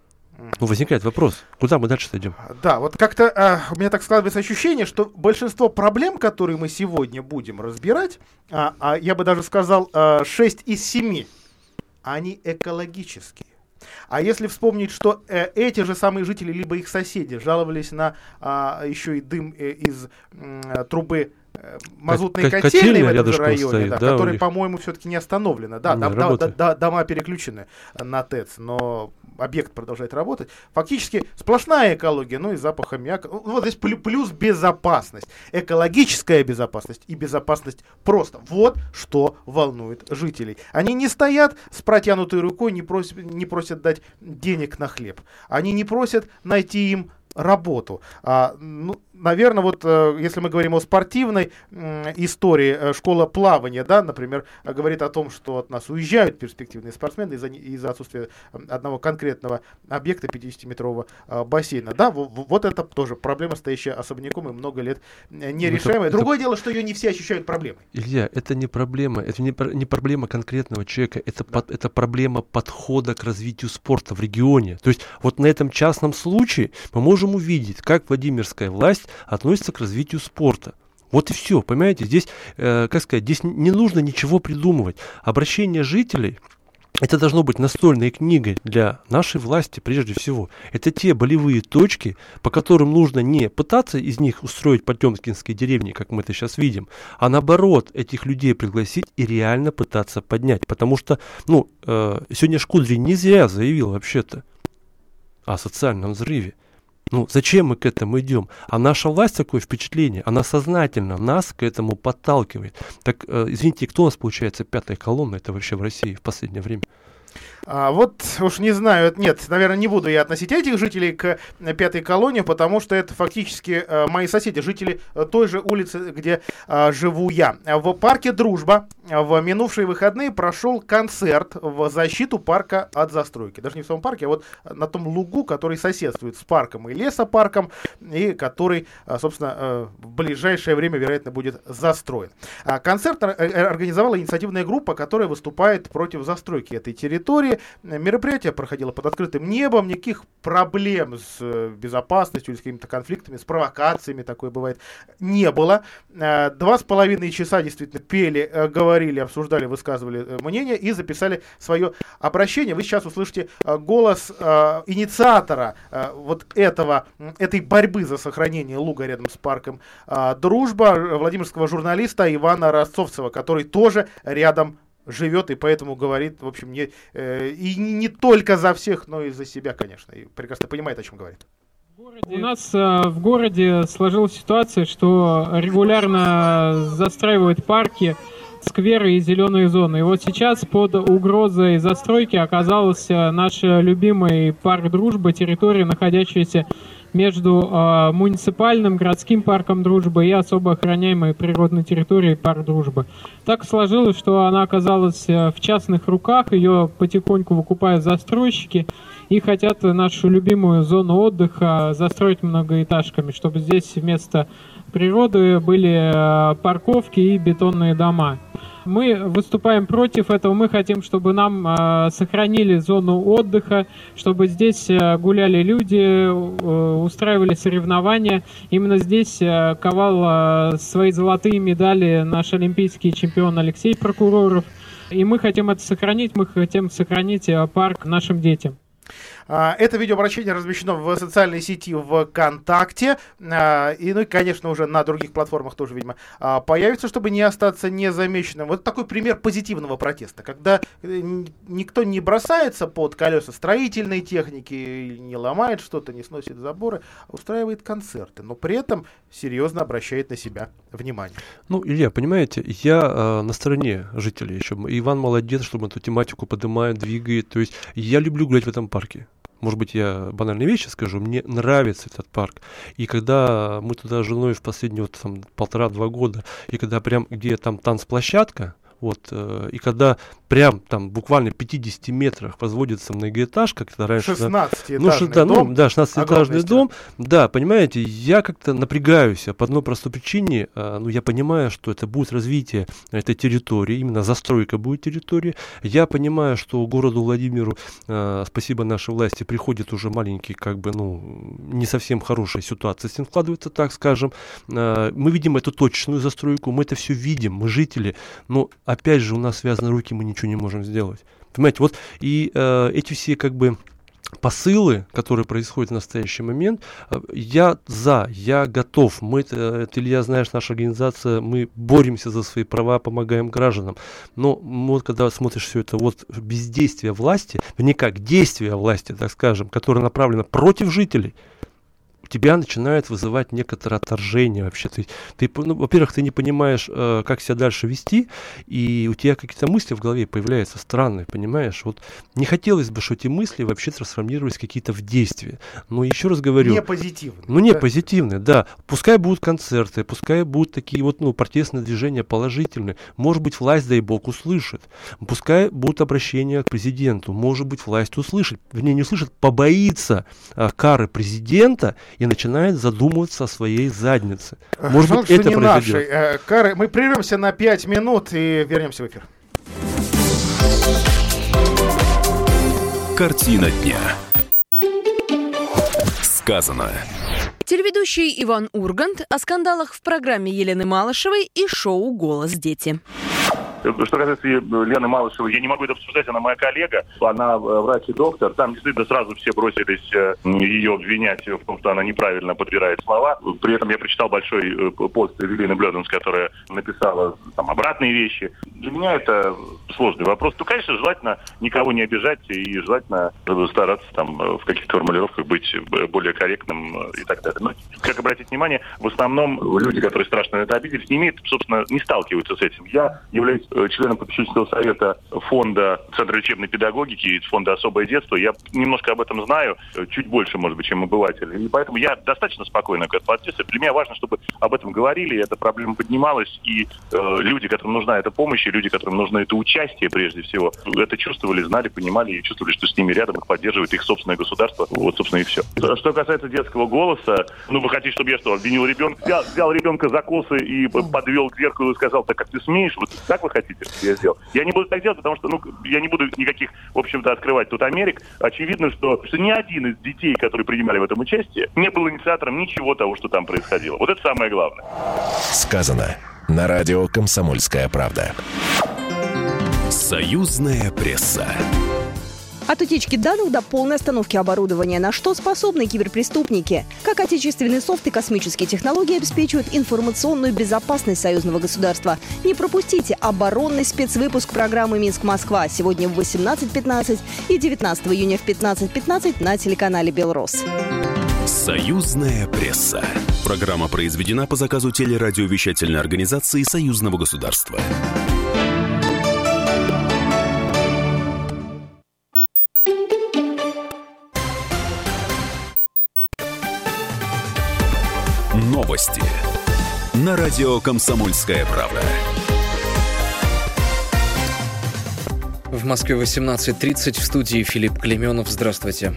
ну, возникает вопрос, куда мы дальше идем? Да, вот как-то а, у меня так складывается ощущение, что большинство проблем, которые мы сегодня будем разбирать, а, а я бы даже сказал, а, шесть из семи, они экологические. А если вспомнить, что э, эти же самые жители, либо их соседи, жаловались на а, еще и дым э, из э, трубы э, мазутной как, котельной в этом же районе, стоит, да, да, которая, по-моему, все-таки не остановлена. Да, дом, да, да, да, дома переключены на ТЭЦ, но объект продолжает работать. Фактически сплошная экология, ну и запах аммиака. Вот здесь плюс безопасность. Экологическая безопасность и безопасность просто. Вот что волнует жителей. Они не стоят с протянутой рукой, не просят, не просят дать денег на хлеб. Они не просят найти им работу. А, ну, наверное, вот э, если мы говорим о спортивной э, истории, э, школа плавания, да, например, э, говорит о том, что от нас уезжают перспективные спортсмены из-за, из-за отсутствия одного конкретного объекта пятидесятиметрового э, бассейна. Да, в, в, вот это тоже проблема, стоящая особняком и много лет нерешаемая. Другое это... дело, что ее не все ощущают проблемой. Илья, это не проблема, это не, не проблема конкретного человека, это, да. под, это проблема подхода к развитию спорта в регионе. То есть вот на этом частном случае мы можем увидеть, как Владимирская власть относится к развитию спорта. Вот и все, понимаете, здесь, э, как сказать, здесь не нужно ничего придумывать. Обращение жителей, это должно быть настольной книгой для нашей власти прежде всего. Это те болевые точки, по которым нужно не пытаться из них устроить потемкинские деревни, как мы это сейчас видим, а наоборот этих людей пригласить и реально пытаться поднять. Потому что, ну, э, сегодня Шкудрин не зря заявил вообще-то о социальном взрыве. Ну, зачем мы к этому идем? А наша власть, такое впечатление, она сознательно нас к этому подталкивает. Так, э, извините, кто у нас получается пятая колонна, это вообще в России в последнее время? А, вот уж не знаю, нет, наверное, не буду я относить этих жителей к пятой колонии, потому что это фактически а, мои соседи, жители а, той же улицы, где а, живу я. В парке Дружба в минувшие выходные прошел концерт в защиту парка от застройки. Даже не в самом парке, а вот на том лугу, который соседствует с парком и лесопарком, и который, собственно, в ближайшее время, вероятно, будет застроен. Концерт организовала инициативная группа, которая выступает против застройки этой территории. Мероприятие проходило под открытым небом, никаких проблем с безопасностью или с какими-то конфликтами, с провокациями, такое бывает, не было. Два с половиной часа действительно пели, говорили, обсуждали, высказывали мнение и записали свое обращение. Вы сейчас услышите голос инициатора вот этого, этой борьбы за сохранение луга рядом с парком «Дружба», владимирского журналиста Ивана Ростовцева, который тоже рядом живет и поэтому говорит, в общем, не, э, и не только за всех, но и за себя, конечно, и прекрасно понимает, о чем говорит. У нас э, в городе сложилась ситуация, что регулярно застраивают парки, скверы и зеленые зоны. И вот сейчас под угрозой застройки оказался наш любимый парк «Дружба», территория, находящаяся между э, муниципальным городским парком «Дружба» и особо охраняемой природной территорией парк «Дружба». Так сложилось, что она оказалась в частных руках, ее потихоньку выкупают застройщики и хотят нашу любимую зону отдыха застроить многоэтажками, чтобы здесь вместо природы были э, парковки и бетонные дома. Мы выступаем против этого, мы хотим, чтобы нам э, сохранили зону отдыха, чтобы здесь э, гуляли люди, э, устраивали соревнования. Именно здесь э, ковал э, свои золотые медали наш олимпийский чемпион Алексей Прокуроров. И мы хотим это сохранить, мы хотим сохранить э, парк нашим детям. Это видеообращение размещено в социальной сети ВКонтакте. И, ну и, конечно, уже на других платформах тоже, видимо, появится, чтобы не остаться незамеченным. Вот такой пример позитивного протеста, когда никто не бросается под колеса строительной техники, не ломает что-то, не сносит заборы, а устраивает концерты, но при этом серьезно обращает на себя внимание. Ну, Илья, понимаете, я э, на стороне жителей еще. Иван молодец, чтобы эту тематику поднимает, двигает. То есть я люблю гулять в этом парке. Может быть, я банальные вещи скажу, мне нравится этот парк. И когда мы туда с женой в последние вот, там, полтора-два года, и когда прям, где там танцплощадка, вот, э, и когда прям там буквально в пятидесяти метрах возводится многоэтажка, когда раньше... шестнадцатиэтажный ну, ш, да, дом. Ну, да, шестнадцатиэтажный дом. Да, понимаете, я как-то напрягаюсь по одной простой причине. Э, ну, я понимаю, что это будет развитие этой территории, именно застройка будет территории. Я понимаю, что городу Владимиру, э, спасибо нашей власти, приходит уже маленький, как бы, ну, не совсем хорошая ситуация с ним складывается, так скажем. Э, мы видим эту точечную застройку, мы это все видим, мы жители, но опять же у нас связаны руки, мы ничего не можем сделать. Понимаете, вот и э, эти все как бы посылы, которые происходят в настоящий момент, э, я за, я готов. Мы, это, это, Илья, знаешь, наша организация, мы боремся за свои права, помогаем гражданам. Но вот когда смотришь все это, вот бездействие власти, не как действие власти, так скажем, которое направлено против жителей, тебя начинает вызывать некоторое отторжение вообще. Ты, ты, ну, во-первых, ты не понимаешь, э, как себя дальше вести, и у тебя какие-то мысли в голове появляются странные, понимаешь? Вот не хотелось бы, что эти мысли вообще трансформировались какие-то в действия. Но еще раз говорю... Не позитивные. Ну, не да? позитивные, да. Пускай будут концерты, пускай будут такие вот, ну, протестные движения положительные. Может быть, власть, дай бог, услышит. Пускай будут обращения к президенту. Может быть, власть услышит. Вернее, не услышит, побоится а, кары президента и начинает задумываться о своей заднице. Может Жалко, быть, это не произойдет. нашей, э, кары. Мы прервемся на пять минут и вернемся в эфир. Картина дня. Сказано. Телеведущий Иван Ургант о скандалах в программе Елены Малышевой и шоу «Голос дети». Что касается Лены Малышевой, я не могу это обсуждать, она моя коллега, она врач и доктор. Там действительно сразу все бросились ее обвинять в том, что она неправильно подбирает слова. При этом я прочитал большой пост Елены Блёданс, которая написала там обратные вещи. Для меня это сложный вопрос. Ну, конечно, желательно никого не обижать и желательно стараться там в каких-то формулировках быть более корректным и так далее. Но, как обратить внимание, в основном люди, которые страшно на это обиделись, не имеют, собственно, не сталкиваются с этим. Я являюсь членом попечительского совета фонда Центра лечебной педагогики и фонда «Особое детство». Я немножко об этом знаю, чуть больше, может быть, чем обыватель. И поэтому я достаточно спокойно к этому отношусь. Для меня важно, чтобы об этом говорили, и эта проблема поднималась, и э, люди, которым нужна эта помощь, и люди, которым нужно это участие, прежде всего, это чувствовали, знали, понимали и чувствовали, что с ними рядом их поддерживает их собственное государство. Вот, собственно, и все. Что касается детского голоса, ну, вы хотите, чтобы я что, обвинил ребенка, взял, взял ребенка за косы и подвел к зеркалу и сказал, так как ты смеешь, вот так вы хотите, чтобы я сделал? Я не буду так делать, потому что, ну, я не буду никаких, в общем-то, открывать тут Америк. Очевидно, что, что ни один из детей, которые принимали в этом участие, не был инициатором ничего того, что там происходило. Вот это самое главное. Сказано на радио «Комсомольская правда». Союзная пресса. От утечки данных до полной остановки оборудования. На что способны киберпреступники? Как отечественный софт и космические технологии обеспечивают информационную безопасность союзного государства? Не пропустите оборонный спецвыпуск программы «Минск-Москва» сегодня в восемнадцать пятнадцать и девятнадцатого июня в пятнадцать пятнадцать на телеканале «Белрос». Союзная пресса. Программа произведена по заказу телерадиовещательной организации Союзного государства. Новости на радио «Комсомольская правда». В Москве восемнадцать тридцать, в студии Филипп Клейменов. Здравствуйте.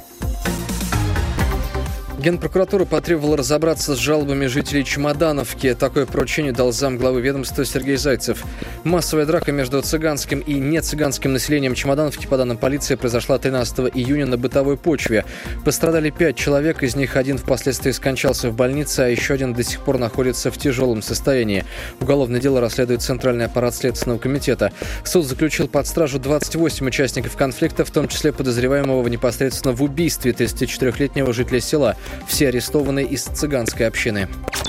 Генпрокуратура потребовала разобраться с жалобами жителей Чемодановки. Такое поручение дал замглавы ведомства Сергей Зайцев. Массовая драка между цыганским и нецыганским населением Чемодановки, по данным полиции, произошла тринадцатого июня на бытовой почве. Пострадали пять человек, из них один впоследствии скончался в больнице, а еще один до сих пор находится в тяжелом состоянии. Уголовное дело расследует Центральный аппарат Следственного комитета. Суд заключил под стражу двадцать восемь участников конфликта, в том числе подозреваемого непосредственно в убийстве тридцатичетырёхлетнего жителя села. Все арестованы из цыганской общины.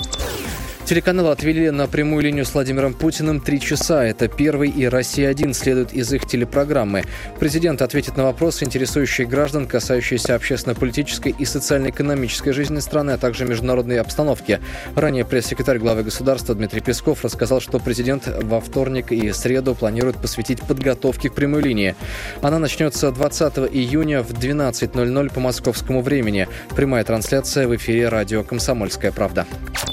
Телеканал отвели на прямую линию с Владимиром Путиным три часа. Это «Первый» и «Россия-один» следует из их телепрограммы. Президент ответит на вопросы, интересующие граждан, касающиеся общественно-политической и социально-экономической жизни страны, а также международной обстановки. Ранее пресс-секретарь главы государства Дмитрий Песков рассказал, что президент во вторник и среду планирует посвятить подготовке к прямой линии. Она начнется двадцатого июня в двенадцать ноль ноль по московскому времени. Прямая трансляция в эфире радио «Комсомольская правда».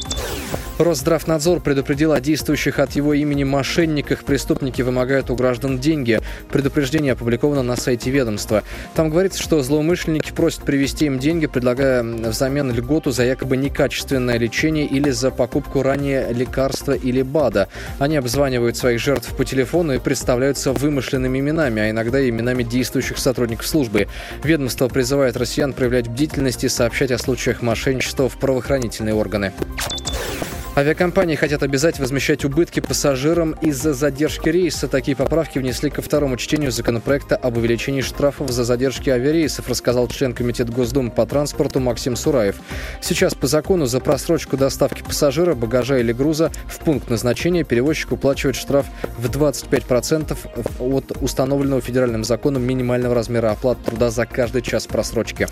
Росздравнадзор предупредил о действующих от его имени мошенниках. Преступники вымогают у граждан деньги. Предупреждение опубликовано на сайте ведомства. Там говорится, что злоумышленники просят привезти им деньги, предлагая взамен льготу за якобы некачественное лечение или за покупку ранее лекарства или БАДа. Они обзванивают своих жертв по телефону и представляются вымышленными именами, а иногда и именами действующих сотрудников службы. Ведомство призывает россиян проявлять бдительность и сообщать о случаях мошенничества в правоохранительные органы. Авиакомпании хотят обязать возмещать убытки пассажирам из-за задержки рейса. Такие поправки внесли ко второму чтению законопроекта об увеличении штрафов за задержки авиарейсов, рассказал член Комитета Госдумы по транспорту Максим Сураев. Сейчас по закону за просрочку доставки пассажира, багажа или груза в пункт назначения перевозчик уплачивает штраф в двадцать пять процентов от установленного федеральным законом минимального размера оплаты труда за каждый час просрочки.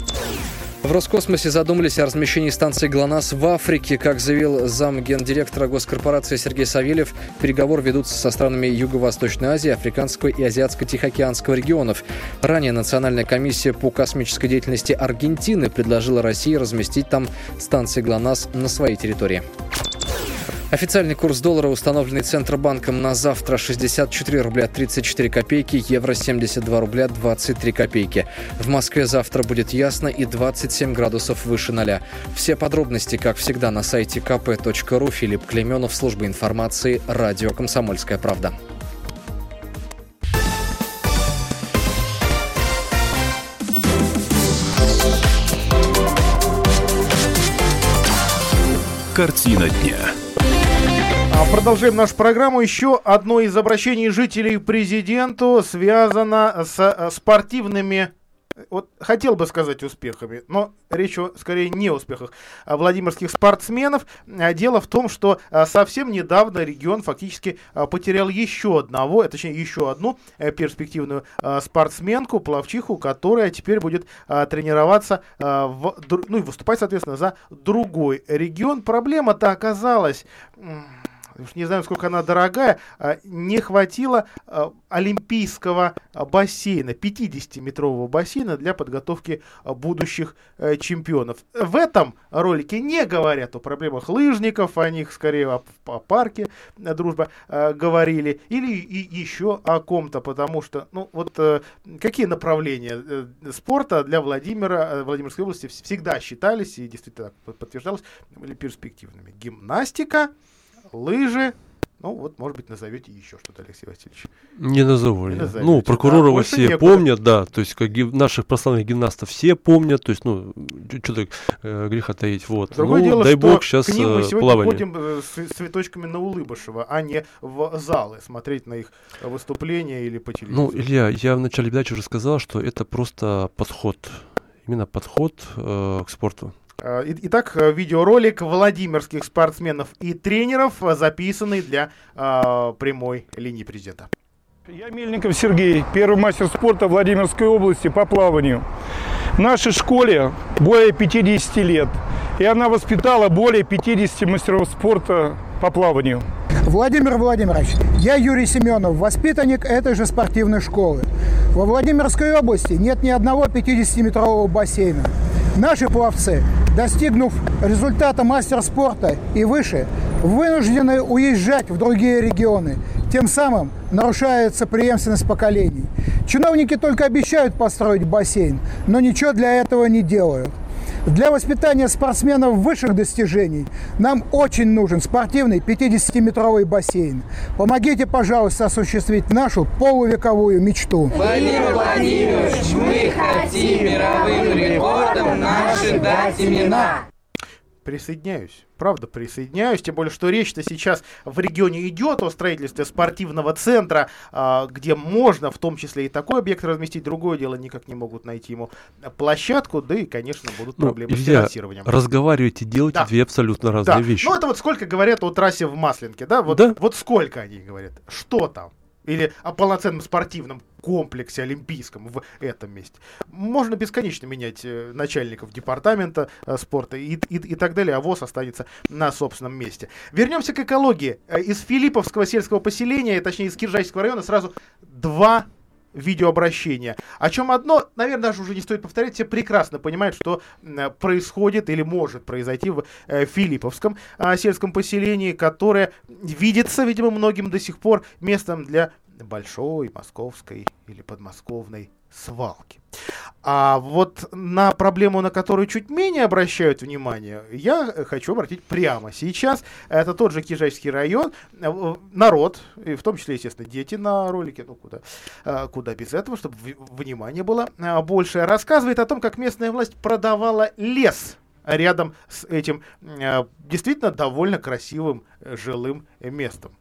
В Роскосмосе задумались о размещении станции ГЛОНАСС в Африке. Как заявил замгендиректора госкорпорации Сергей Савельев, переговоры ведутся со странами Юго-Восточной Азии, Африканского и Азиатско-Тихоокеанского регионов. Ранее Национальная комиссия по космической деятельности Аргентины предложила России разместить там станции ГЛОНАСС на своей территории. Официальный курс доллара, установленный Центробанком на завтра, шестьдесят четыре рубля тридцать четыре копейки, евро семьдесят два рубля двадцать три копейки. В Москве завтра будет ясно и двадцать семь градусов выше ноля. Все подробности, как всегда, на сайте ка пэ точка ру. Филипп Клейменов, служба информации, радио «Комсомольская правда». Картина дня. Продолжаем нашу программу. Еще одно из обращений жителей к президенту связано с спортивными, вот хотел бы сказать успехами, но речь о, скорее, не успехах владимирских спортсменов. Дело в том, что совсем недавно регион фактически потерял еще одного, точнее еще одну перспективную спортсменку, пловчиху, которая теперь будет тренироваться в, ну и выступать, соответственно, за другой регион. Проблема-то оказалась... уж не знаю, сколько она дорогая, не хватило олимпийского бассейна, пятидесятиметрового бассейна для подготовки будущих чемпионов. В этом ролике не говорят о проблемах лыжников, о них скорее о, о парке «Дружба» говорили, или и еще о ком-то, потому что, ну, вот какие направления спорта для Владимира, Владимирской области всегда считались, и действительно подтверждалось, были перспективными. Гимнастика, лыжи, ну вот, может быть, назовете еще что-то, Алексей Васильевич. Не назову. Не назовете. Ну, прокуророва да, все некуда. Помнят, да, то есть как гим... наших прославленных гимнастов все помнят, то есть, ну, что-то э, греха таить, вот. Другое ну, дело, дай что бог сейчас к ним мы сегодня плавание. ходим э, с цветочками на Улыбышева, а не в залы смотреть на их выступления или по телевизору. Ну, Илья, я в начале передачи уже сказал, что это просто подход, именно подход э, к спорту. Итак, видеоролик владимирских спортсменов и тренеров, записанный для э, прямой линии президента. Я Мельников Сергей, первый мастер спорта Владимирской области по плаванию. В нашей школе более пятидесяти лет, и она воспитала более пятидесяти мастеров спорта по плаванию. Владимир Владимирович, я Юрий Семенов, воспитанник этой же спортивной школы. Во Владимирской области нет ни одного пятидесятиметрового бассейна. Наши пловцы, достигнув результата мастер спорта и выше, вынуждены уезжать в другие регионы. Тем самым нарушается преемственность поколений. Чиновники только обещают построить бассейн, но ничего для этого не делают. Для воспитания спортсменов высших достижений нам очень нужен спортивный пятидесятиметровый бассейн. Помогите, пожалуйста, осуществить нашу полувековую мечту. Владимир Владимирович, мы хотим мировым рекордом наши дать имена. Присоединяюсь. Правда, присоединяюсь. Тем более, что речь-то сейчас в регионе идет о строительстве спортивного центра, где можно в том числе и такой объект разместить. Другое дело, никак не могут найти ему площадку, да и, конечно, будут проблемы ну, с финансированием. Разговаривайте, делайте да. две абсолютно разные да. вещи. Ну, это вот сколько говорят о трассе в Масленке, да? Вот, да? Вот сколько они говорят? Что там? Или о полноценном спортивном комплексе олимпийском в этом месте. Можно бесконечно менять э, начальников департамента э, спорта и, и, и так далее, а ВОЗ останется на собственном месте. Вернемся к экологии. Э, из Филипповского сельского поселения, точнее из Киржачского района, сразу два видеообращения. О чем одно, наверное, даже уже не стоит повторять, все прекрасно понимают, что э, происходит или может произойти в э, Филипповском э, сельском поселении, которое видится, видимо, многим до сих пор местом для большой московской или подмосковной свалки. А вот на проблему, на которую чуть менее обращают внимание, я хочу обратить прямо сейчас. Это тот же Киржачский район. Народ, и в том числе, естественно, дети на ролике, ну куда, куда без этого, чтобы внимание было больше, рассказывает о том, как местная власть продавала лес рядом с этим действительно довольно красивым жилым местом.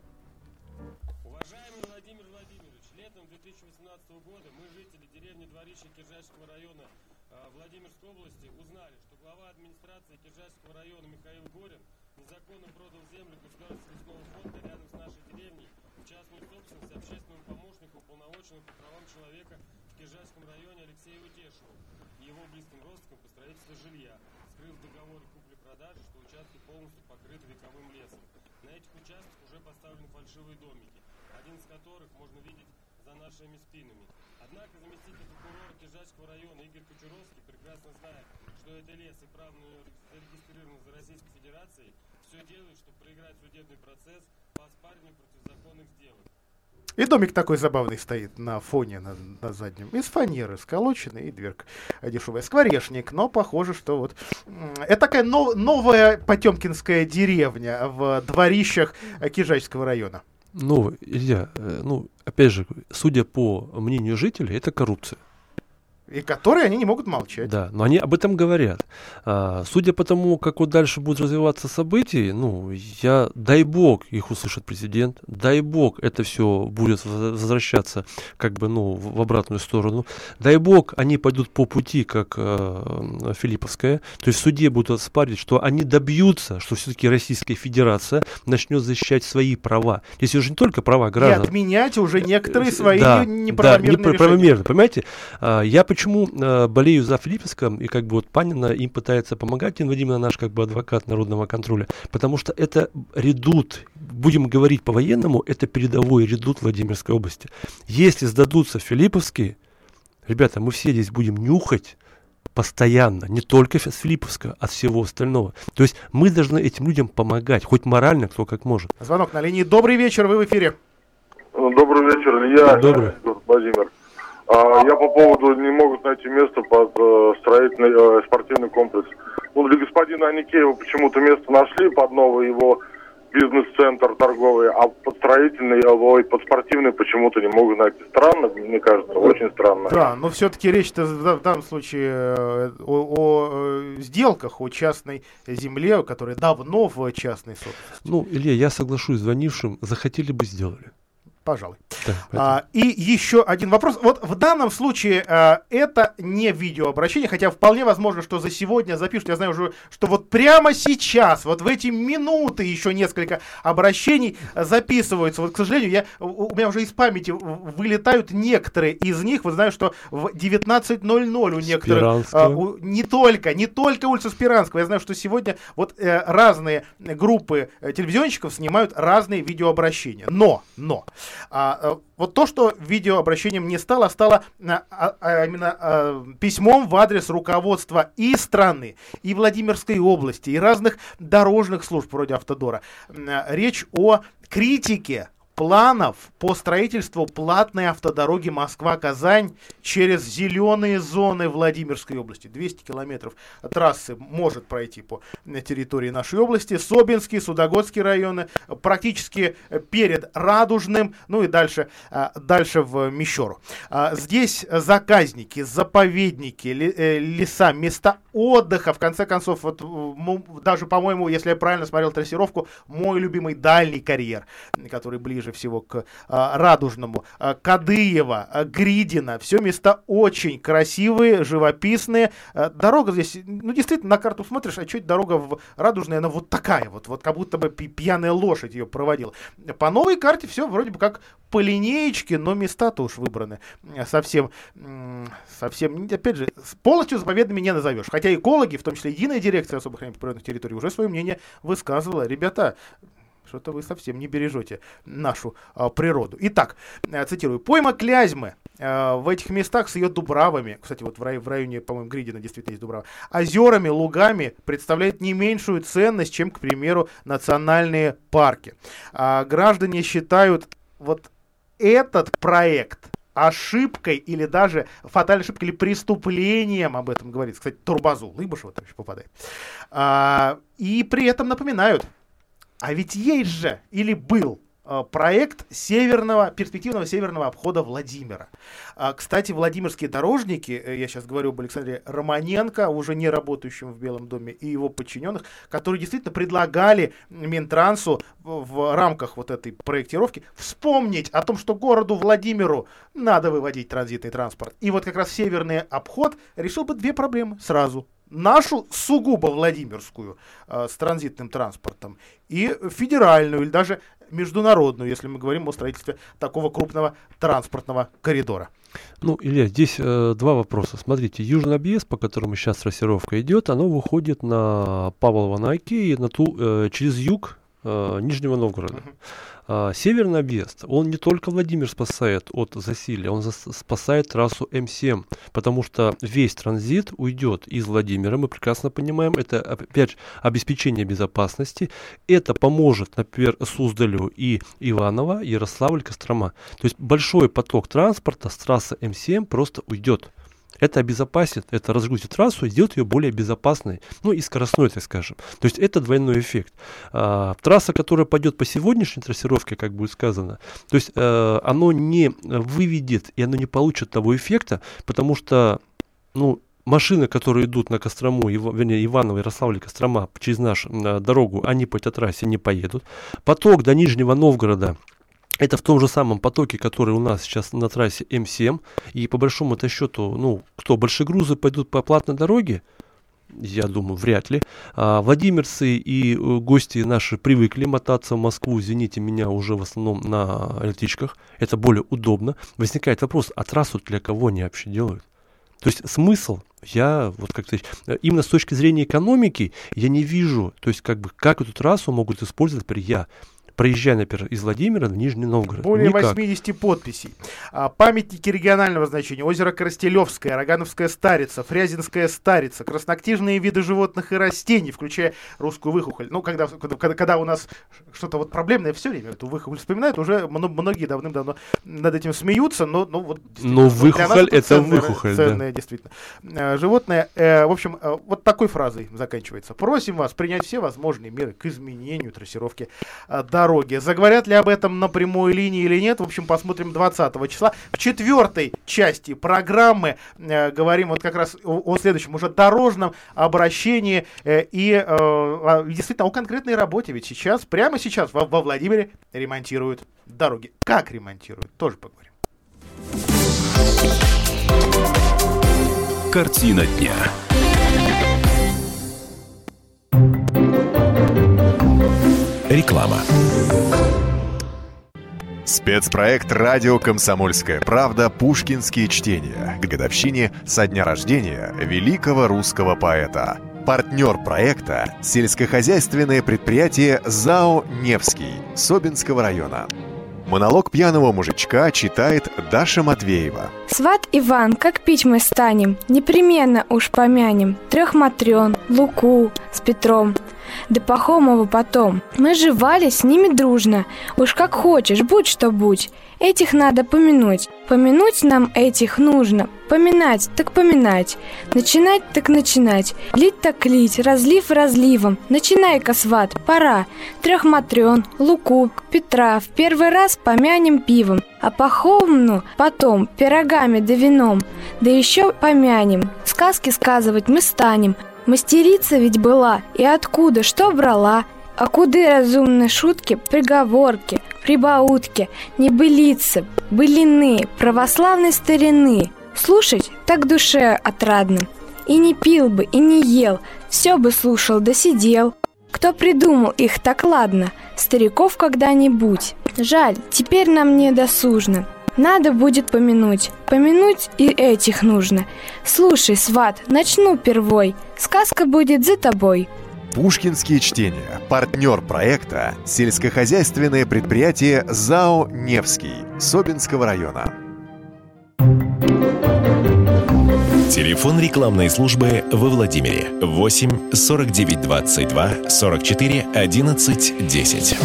И домик такой забавный стоит на фоне, на, на заднем. Из фанеры сколоченный, и дверка дешевая. Скворечник, но похоже, что вот... Это такая нов, новая потемкинская деревня в дворищах Киржачского района. Ну, Илья, ну, опять же, судя по мнению жителей, это коррупция. И которые они не могут молчать. Да, но они об этом говорят. А, судя по тому, как вот дальше будут развиваться события, ну, я, дай бог, их услышит президент, дай бог, это все будет возвращаться, как бы, ну, в, в обратную сторону. Дай бог, они пойдут по пути, как э, Филипповская, то есть в суде будут оспаривать, что они добьются, что все-таки Российская Федерация начнет защищать свои права. Здесь уже не только права граждан. И отменять уже некоторые свои да, неправомерные да, неправомерно, решения. Понимаете? А, я почему э, болею за Филипповска, и как бы вот Панина им пытается помогать, Инна Владимировна, наш как бы адвокат народного контроля, потому что это редут, будем говорить по-военному, это передовой редут Владимирской области. Если сдадутся Филипповские, ребята, мы все здесь будем нюхать постоянно, не только с Филипповска, от всего остального. То есть мы должны этим людям помогать, хоть морально, кто как может. Звонок на линии. Добрый вечер, вы в эфире. Добрый вечер, я Добрый. Владимир. А, я по поводу не могут найти место под э, строительный э, спортивный комплекс. Ну, для господина Аникеева почему-то место нашли под новый его бизнес-центр торговый, а под строительный, ой, под спортивный почему-то не могут найти. Странно, мне кажется, очень странно. Да, но все-таки речь-то в данном случае о, о сделках, о частной земле, которая давно в частной собственности. Ну, Илья, я соглашусь с звонившим, захотели бы сделали. Пожалуй. Да, а, и еще один вопрос. Вот в данном случае а, это не видеообращение, хотя вполне возможно, что за сегодня запишут. Я знаю уже, что вот прямо сейчас, вот в эти минуты еще несколько обращений записываются. Вот, к сожалению, я, у, у меня уже из памяти вылетают некоторые из них. Вот знаю, что в девятнадцать ноль ноль у некоторых, а, у, не только, не только улица Спиранского. Я знаю, что сегодня вот э, разные группы э, телевизионщиков снимают разные видеообращения. Но, но... А, вот то, что видеообращением не стало, стало а, а, именно а, письмом в адрес руководства и страны, и Владимирской области, и разных дорожных служб вроде Автодора. А, речь о критике планов по строительству платной автодороги Москва-Казань через зеленые зоны Владимирской области. двести километров трассы может пройти по территории нашей области. Собинский, Судогодский районы, практически перед Радужным, ну и дальше, дальше в Мещеру. Здесь заказники, заповедники, леса, места отдыха. В конце концов, вот, даже, по-моему, если я правильно смотрел трассировку, мой любимый дальний карьер, который ближе всего к а, Радужному, а, Кадыева, а, Гридина, все места очень красивые, живописные. А, дорога здесь, ну действительно, на карту смотришь, а чуть дорога в Радужной, она вот такая вот, вот как будто бы пьяная лошадь ее проводила. По новой карте все вроде бы как по линеечке, но места-то уж выбраны совсем, совсем, опять же, полностью заповедными не назовешь. Хотя экологи, в том числе единая дирекция особых природных территорий, уже свое мнение высказывала. Ребята, что-то вы совсем не бережете нашу а, природу. Итак, а, цитирую. Пойма Клязьмы а, в этих местах с ее дубравами, кстати, вот в, рай, в районе, по-моему, Гридина действительно есть дубрава, озерами, лугами представляет не меньшую ценность, чем, к примеру, национальные парки. А, граждане считают вот этот проект ошибкой или даже фатальной ошибкой или преступлением, об этом говорится. Кстати, Турбазу Лыбышева там еще попадает. А, и при этом напоминают, а ведь есть же, или был, проект северного, перспективного северного обхода Владимира. Кстати, владимирские дорожники, я сейчас говорю об Александре Романенко, уже не работающем в Белом доме, и его подчиненных, которые действительно предлагали Минтрансу в рамках вот этой проектировки вспомнить о том, что городу Владимиру надо выводить транзитный транспорт. И вот как раз северный обход решил бы две проблемы сразу. Нашу сугубо Владимирскую э, с транзитным транспортом и федеральную или даже международную, если мы говорим о строительстве такого крупного транспортного коридора. Ну, Илья, здесь э, два вопроса. Смотрите, южный объезд, по которому сейчас трассировка идет, оно выходит на Павлова на Оке, на ту, э, через юг э, Нижнего Новгорода. Uh-huh. А, северный объезд, он не только Владимир спасает от засилия, он зас- спасает трассу эм семь, потому что весь транзит уйдет из Владимира, мы прекрасно понимаем, это опять же обеспечение безопасности, это поможет, например, Суздалю и Иваново, Ярославль, Кострома. То есть большой поток транспорта с трассы эм семь просто уйдет. Это обезопасит, это разгрузит трассу и сделает ее более безопасной, ну и скоростной, так скажем. То есть это двойной эффект. А, трасса, которая пойдет по сегодняшней трассировке, как будет сказано, то есть а, оно не выведет и оно не получит того эффекта, потому что, ну, машины, которые идут на Кострому, Ив, вернее, Иваново, Ярославль, Кострома через нашу а, дорогу, они по этой трассе не поедут. Поток до Нижнего Новгорода — это в том же самом потоке, который у нас сейчас на трассе эм семь. И по большому-то счету, ну, кто, большие грузы пойдут по платной дороге? Я думаю, вряд ли. А, владимирцы и э, гости наши привыкли мотаться в Москву, извините меня, уже в основном на электричках. Это более удобно. Возникает вопрос, а трассу для кого они вообще делают? То есть смысл, я вот как-то именно с точки зрения экономики я не вижу, то есть как бы как эту трассу могут использовать, например, я. Проезжая, например, из Владимира в Нижний Новгород. Более Никак. восьмидесяти подписей. А, памятники регионального значения. Озеро Коростелевское, Рогановская Старица, Фрязинская Старица, краснокнижные виды животных и растений, включая русскую выхухоль. Ну, когда, когда, когда у нас что-то вот проблемное, все время эту выхухоль вспоминают, уже многие давным-давно над этим смеются, но, ну, вот, но выхухоль это ценное, выхухоль, ценное, да. действительно. А, животное. Э, в общем, э, вот такой фразой заканчивается. Просим вас принять все возможные меры к изменению трассировки э, дороги. Заговорят ли об этом на прямой линии или нет, в общем, посмотрим двадцатого числа. В четвертой части программы э, говорим вот как раз о, о следующем, уже дорожном обращении э, и э, о, действительно о конкретной работе. Ведь сейчас, прямо сейчас во, во Владимире ремонтируют дороги. Как ремонтируют, тоже поговорим. Картина дня. Реклама. Спецпроект «Радио Комсомольская правда. Пушкинские чтения» к годовщине со дня рождения великого русского поэта. Партнер проекта – сельскохозяйственное предприятие ЗАО «Невский» Собинского района. Монолог пьяного мужичка читает Даша Матвеева. Сват Иван, как пить мы станем, непременно уж помянем трех матрён, Луку с Петром, да Пахомова потом. Мы жевали с ними дружно, уж как хочешь, будь что будь. Этих надо помянуть, помянуть нам этих нужно, поминать так поминать, начинать так начинать, лить так лить, разлив разливом. Начинай-ка, сват, пора. Трех матрён, Луку, Петра в первый раз помянем пивом, а Пахомну потом пирогами да вином, да еще помянем. Сказки сказывать мы станем. Мастерица ведь была, и откуда, что брала? А куды разумные шутки, приговорки, прибаутки, небылицы, былины, православной старины. Слушать так душе отрадно. И не пил бы, и не ел, все бы слушал да сидел. Кто придумал их так ладно, стариков когда-нибудь? Жаль, теперь нам не досужно. Надо будет помянуть, помянуть и этих нужно. Слушай, сват, начну первой, сказка будет за тобой. Пушкинские чтения. Партнер проекта – сельскохозяйственное предприятие ЗАО «Невский» Собинского района. Телефон рекламной службы во Владимире восемь сорок девять двадцать два сорок четыре одиннадцать десять.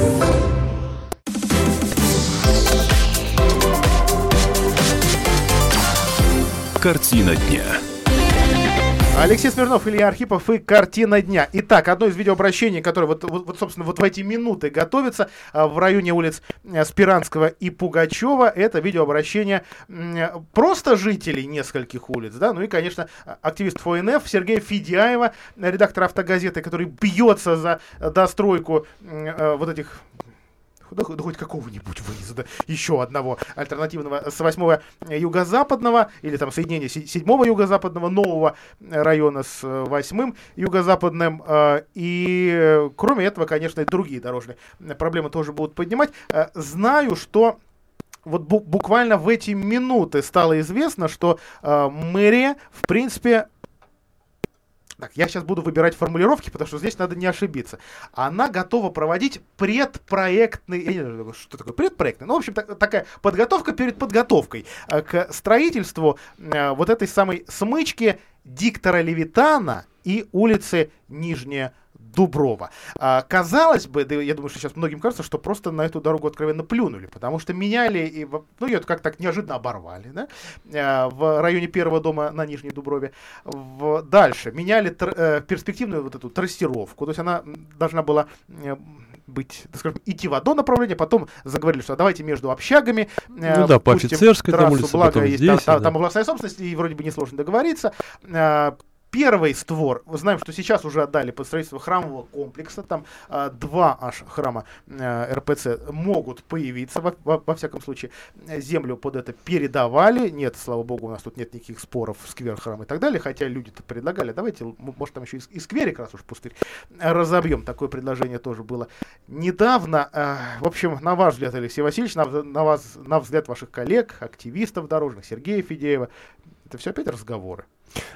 Картина дня. Алексей Смирнов, Илья Архипов и «Картина дня». Итак, одно из видеообращений, которое вот, вот, вот собственно, вот в эти минуты готовится а, в районе улиц а, Спиранского и Пугачева, это видеообращение а, просто жителей нескольких улиц, да, ну и, конечно, активистов О Н Ф Сергея Федяева, редактора «Автогазеты», который бьется за достройку а, вот этих... Да, да хоть какого-нибудь выезда, еще одного альтернативного с восьмого юго-западного, или там соединение седьмого юго-западного нового района с восьмым юго-западным. И кроме этого, конечно, и другие дорожные проблемы тоже будут поднимать. Знаю, что вот бу- буквально в эти минуты стало известно, что мэрия, в принципе... Так, я сейчас буду выбирать формулировки, потому что здесь надо не ошибиться. Она готова проводить предпроектный... Я не знаю, что такое предпроектный. Ну, в общем, так, такая подготовка перед подготовкой э, к строительству э, вот этой самой смычки диктора Левитана и улицы Нижняя Дуброва. А, казалось бы, да, я думаю, что сейчас многим кажется, что просто на эту дорогу откровенно плюнули, потому что меняли, и, ну, ее как-то так неожиданно оборвали, да, а, в районе первого дома на Нижней Дуброве. В, дальше меняли тр, э, перспективную вот эту трассировку, то есть она должна была э, быть, так скажем, идти в одно направление, потом заговорили, что давайте между общагами э, ну да, по Офицерской трассу, там улице, благо потом есть, здесь, там, да. там областная собственность, и вроде бы несложно договориться. Э, первый створ, мы знаем, что сейчас уже отдали под строительство храмового комплекса, там а, два аж храма а, эр пэ цэ могут появиться, во, во, во всяком случае, землю под это передавали, нет, слава богу, у нас тут нет никаких споров, сквер, храм и так далее, хотя люди-то предлагали, давайте, может, там еще и, и скверик, раз уж пустырь, разобьем, такое предложение тоже было недавно. А, в общем, на ваш взгляд, Алексей Васильевич, на, на, вас, на взгляд ваших коллег, активистов дорожных, Сергея Федеева, это все опять разговоры?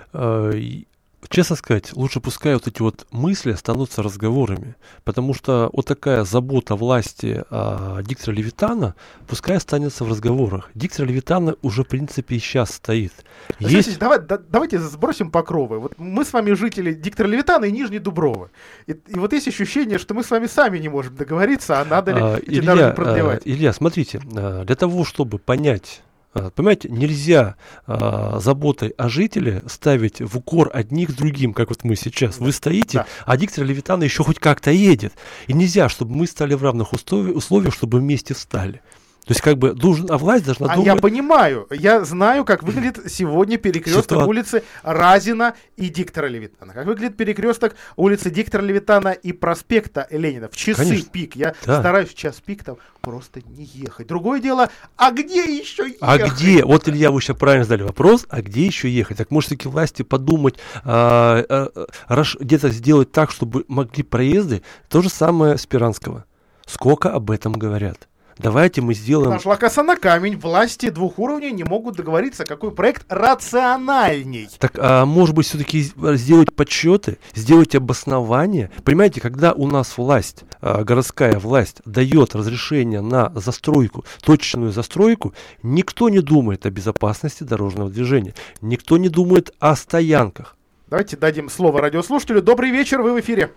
Честно сказать, лучше пускай вот эти вот мысли становятся разговорами, потому что вот такая забота власти о дикторе Левитана пускай останется в разговорах. Диктор Левитана уже, в принципе, и сейчас стоит. Есть... Давай, да, давайте сбросим покровы. Вот мы с вами жители диктора Левитана и Нижней Дубровы. И, и вот есть ощущение, что мы с вами сами не можем договориться, а надо ли а, эти Илья, дороги продлевать. А, Илья, смотрите, для того, чтобы понять... Понимаете, нельзя а, заботой о жителе ставить в укор одних с другим, как вот мы сейчас. Вы стоите, да. А диктор Левитана еще хоть как-то едет. И нельзя, чтобы мы стали в равных условиях, условиях чтобы вместе встали. То есть, как бы, должен, а власть должна а думать... я понимаю, я знаю, как выглядит сегодня перекресток улицы Разина и диктора Левитана. Как выглядит перекресток улицы диктора Левитана и проспекта Ленина. В часы Конечно. Пик. Я да. стараюсь в час пик там просто не ехать. Другое дело, а где еще ехать? А где? Вот, Илья, вы сейчас правильно задали вопрос, а где еще ехать? Так может, таки власти подумать, а, а, а, где-то сделать так, чтобы могли проезды? То же самое Спиранского. Сколько об этом говорят? Давайте мы сделаем... Нашла коса на камень. Власти двух уровней не могут договориться, какой проект рациональней. Так, а может быть, все-таки сделать подсчеты, сделать обоснование? Понимаете, когда у нас власть, а, городская власть, дает разрешение на застройку, точечную застройку, никто не думает о безопасности дорожного движения. Никто не думает о стоянках. Давайте дадим слово радиослушателю. Добрый вечер, вы в эфире.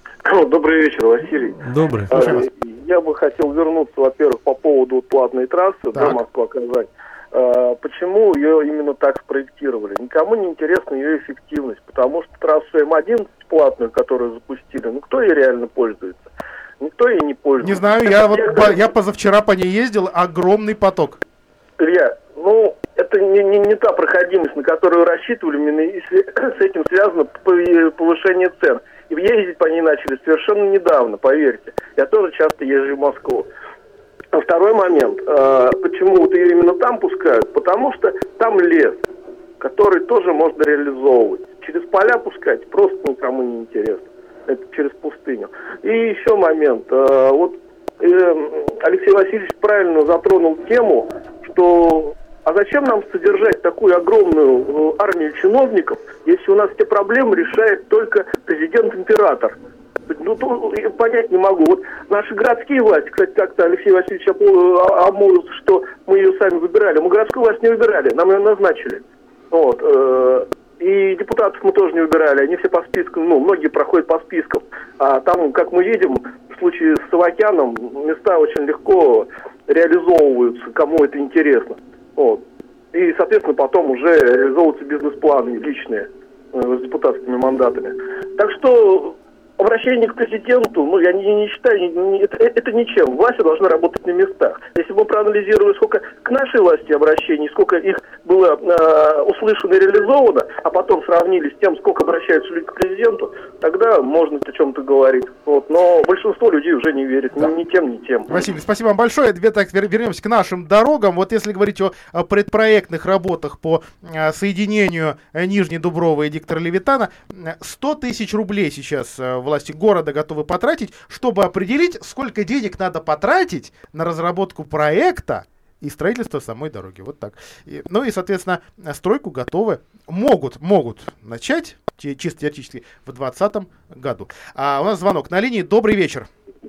Добрый вечер, Василий. Добрый. А, я бы хотел вернуться, во-первых, по поводу платной трассы, да, Москва-Казань. А, почему ее именно так спроектировали? Никому не интересна ее эффективность, потому что трассу эм одиннадцать платную, которую запустили, ну кто ей реально пользуется? Никто ей не пользуется. Не знаю, я, вот, по, я позавчера по ней ездил, огромный поток. Илья, ну, это не, не, не та проходимость, на которую рассчитывали, именно если с этим связано повышение цен. И ездить по ней начали совершенно недавно, поверьте. Я тоже часто езжу в Москву. А второй момент. Э, почему вот ее именно там пускают? Потому что там лес, который тоже можно реализовывать. Через поля пускать просто никому не интересно. Это через пустыню. И еще момент. Э, вот э, Алексей Васильевич правильно затронул тему, что... А зачем нам содержать такую огромную армию чиновников, если у нас эти проблемы решает только президент-император? Ну, то, понять не могу. Вот наши городские власти, кстати, как-то Алексей Васильевич обмолвился, что мы ее сами выбирали. Мы городскую власть не выбирали, нам ее назначили. Вот. И депутатов мы тоже не выбирали, они все по спискам, ну, многие проходят по спискам. А там, как мы видим, в случае с Савакяном, места очень легко реализовываются, кому это интересно. Вот. И, соответственно, потом уже реализовываются бизнес-планы личные э, с депутатскими мандатами. Так что обращение к президенту, ну, я не, не считаю, не, не, это, это ничем. Власти должны работать на местах. Если мы проанализируем, сколько к нашей власти обращений, сколько их было э, услышано и реализовано, а потом сравнили с тем, сколько обращаются люди к президенту, тогда можно о чем-то говорить. Вот. Но большинство людей уже не верит, да. ни, ни тем, ни тем. Василий, спасибо вам большое. Так, вернемся к нашим дорогам. Вот если говорить о, о предпроектных работах по а, соединению Нижней Дубровы и диктора Левитана, сто тысяч рублей сейчас а, власти города готовы потратить, чтобы определить, сколько денег надо потратить на разработку проекта и строительство самой дороги. Вот так. И, ну и, соответственно, стройку готовы, могут, могут начать, чисто теоретически, в двадцатом году. А у нас звонок на линии. Добрый вечер.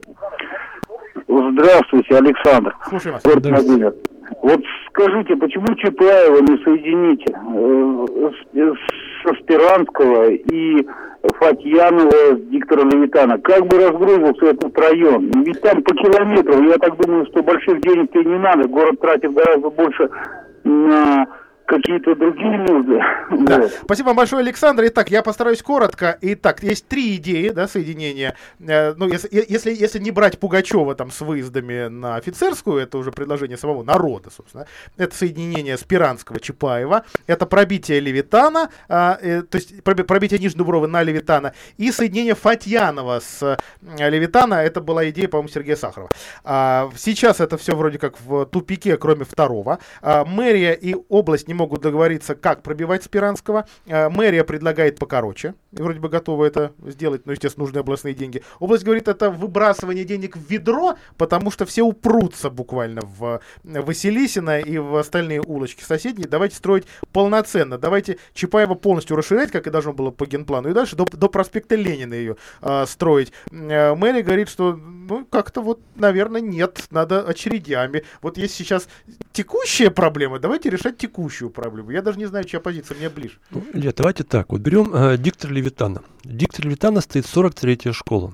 Здравствуйте, Александр. Слушаем вас. Владимир. Вот скажите, почему Чапаева не соедините э, со Спиранского и Фатьянова с диктора Левитана? Как бы разгрузился этот район? Ведь там по километру, я так думаю, что больших денег-то и не надо. Город тратит гораздо больше на какие-то другие нужды. Да. Вот. Спасибо вам большое, Александр. Итак, я постараюсь коротко. Итак, есть три идеи, да, соединения. Э, ну, если, если, если не брать Пугачева там с выездами на офицерскую, это уже предложение самого народа, собственно. Это соединение Спиранского, Чапаева, это пробитие Левитана, э, э, то есть пробитие Нижней Дубровы на Левитана, и соединение Фатьянова с э, Левитана. Это была идея, по-моему, Сергея Сахарова. А, сейчас это все вроде как в тупике, кроме второго. А, мэрия и область не могут договориться, как пробивать Спиранского. А, мэрия предлагает покороче, и вроде бы готова это сделать, но, естественно, нужны областные деньги. Область говорит, это выбрасывание денег в ведро, потому что все упрутся буквально в Василисино и в остальные улочки соседние. Давайте строить полноценно. Давайте Чапаева полностью расширять, как и должно было по генплану, и дальше до, до проспекта Ленина ее а, строить. А, мэрия говорит, что, ну, как-то вот, наверное, нет, надо очередями. Вот есть сейчас текущая проблема, давайте решать текущую проблему. Я даже не знаю, чья позиция мне ближе. Ну, Илья, давайте так, вот берем э, диктор Левитана. Диктор Левитана стоит сорок третья школа.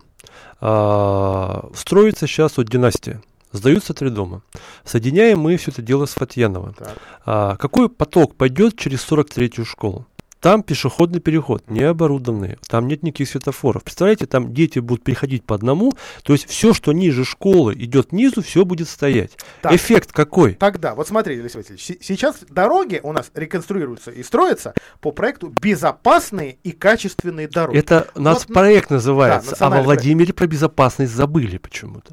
А, строится сейчас вот династия. Сдаются три дома. Соединяем мы все это дело с Фатьяново. А, какой поток пойдет через сорок третью школу? Там пешеходный переход, не оборудованный, там нет никаких светофоров. Представляете, там дети будут переходить по одному, то есть все, что ниже школы идет низу, все будет стоять. Так, эффект какой? Тогда, вот смотрите, Алексей Васильевич, сейчас дороги у нас реконструируются и строятся по проекту «Безопасные и качественные дороги». Это у нас вот, проект называется, да, а во Владимире про безопасность забыли почему-то.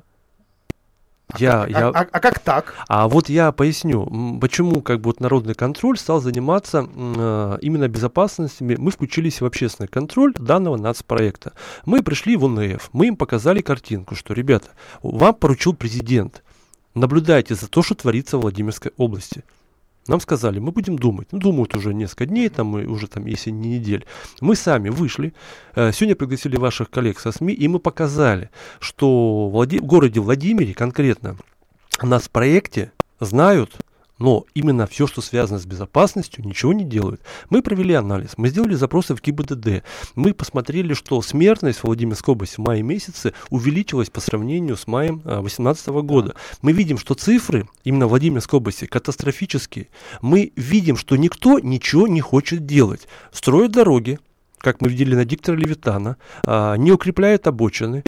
А, я, как, я... А, а, а как так? А вот я поясню, почему как бы вот народный контроль стал заниматься э, именно безопасностью. Мы включились в общественный контроль данного нацпроекта. Мы пришли в ОНФ, мы им показали картинку, что, ребята, вам поручил президент, наблюдайте за то, что творится в Владимирской области. Нам сказали, мы будем думать. Ну, думают уже несколько дней, там, и уже там, если не недель. Мы сами вышли. Э, сегодня пригласили ваших коллег со СМИ, и мы показали, что в, Влади- в городе Владимире конкретно нас в проекте знают, но именно все, что связано с безопасностью, ничего не делают. Мы провели анализ, мы сделали запросы в ГИБДД. Мы посмотрели, что смертность в Владимирской области в мае месяце увеличилась по сравнению с маем две тысячи восемнадцатого года. Мы видим, что цифры именно в Владимирской области катастрофические. Мы видим, что никто ничего не хочет делать. Строят дороги, как мы видели на дикторе Левитана, а, не укрепляют обочины.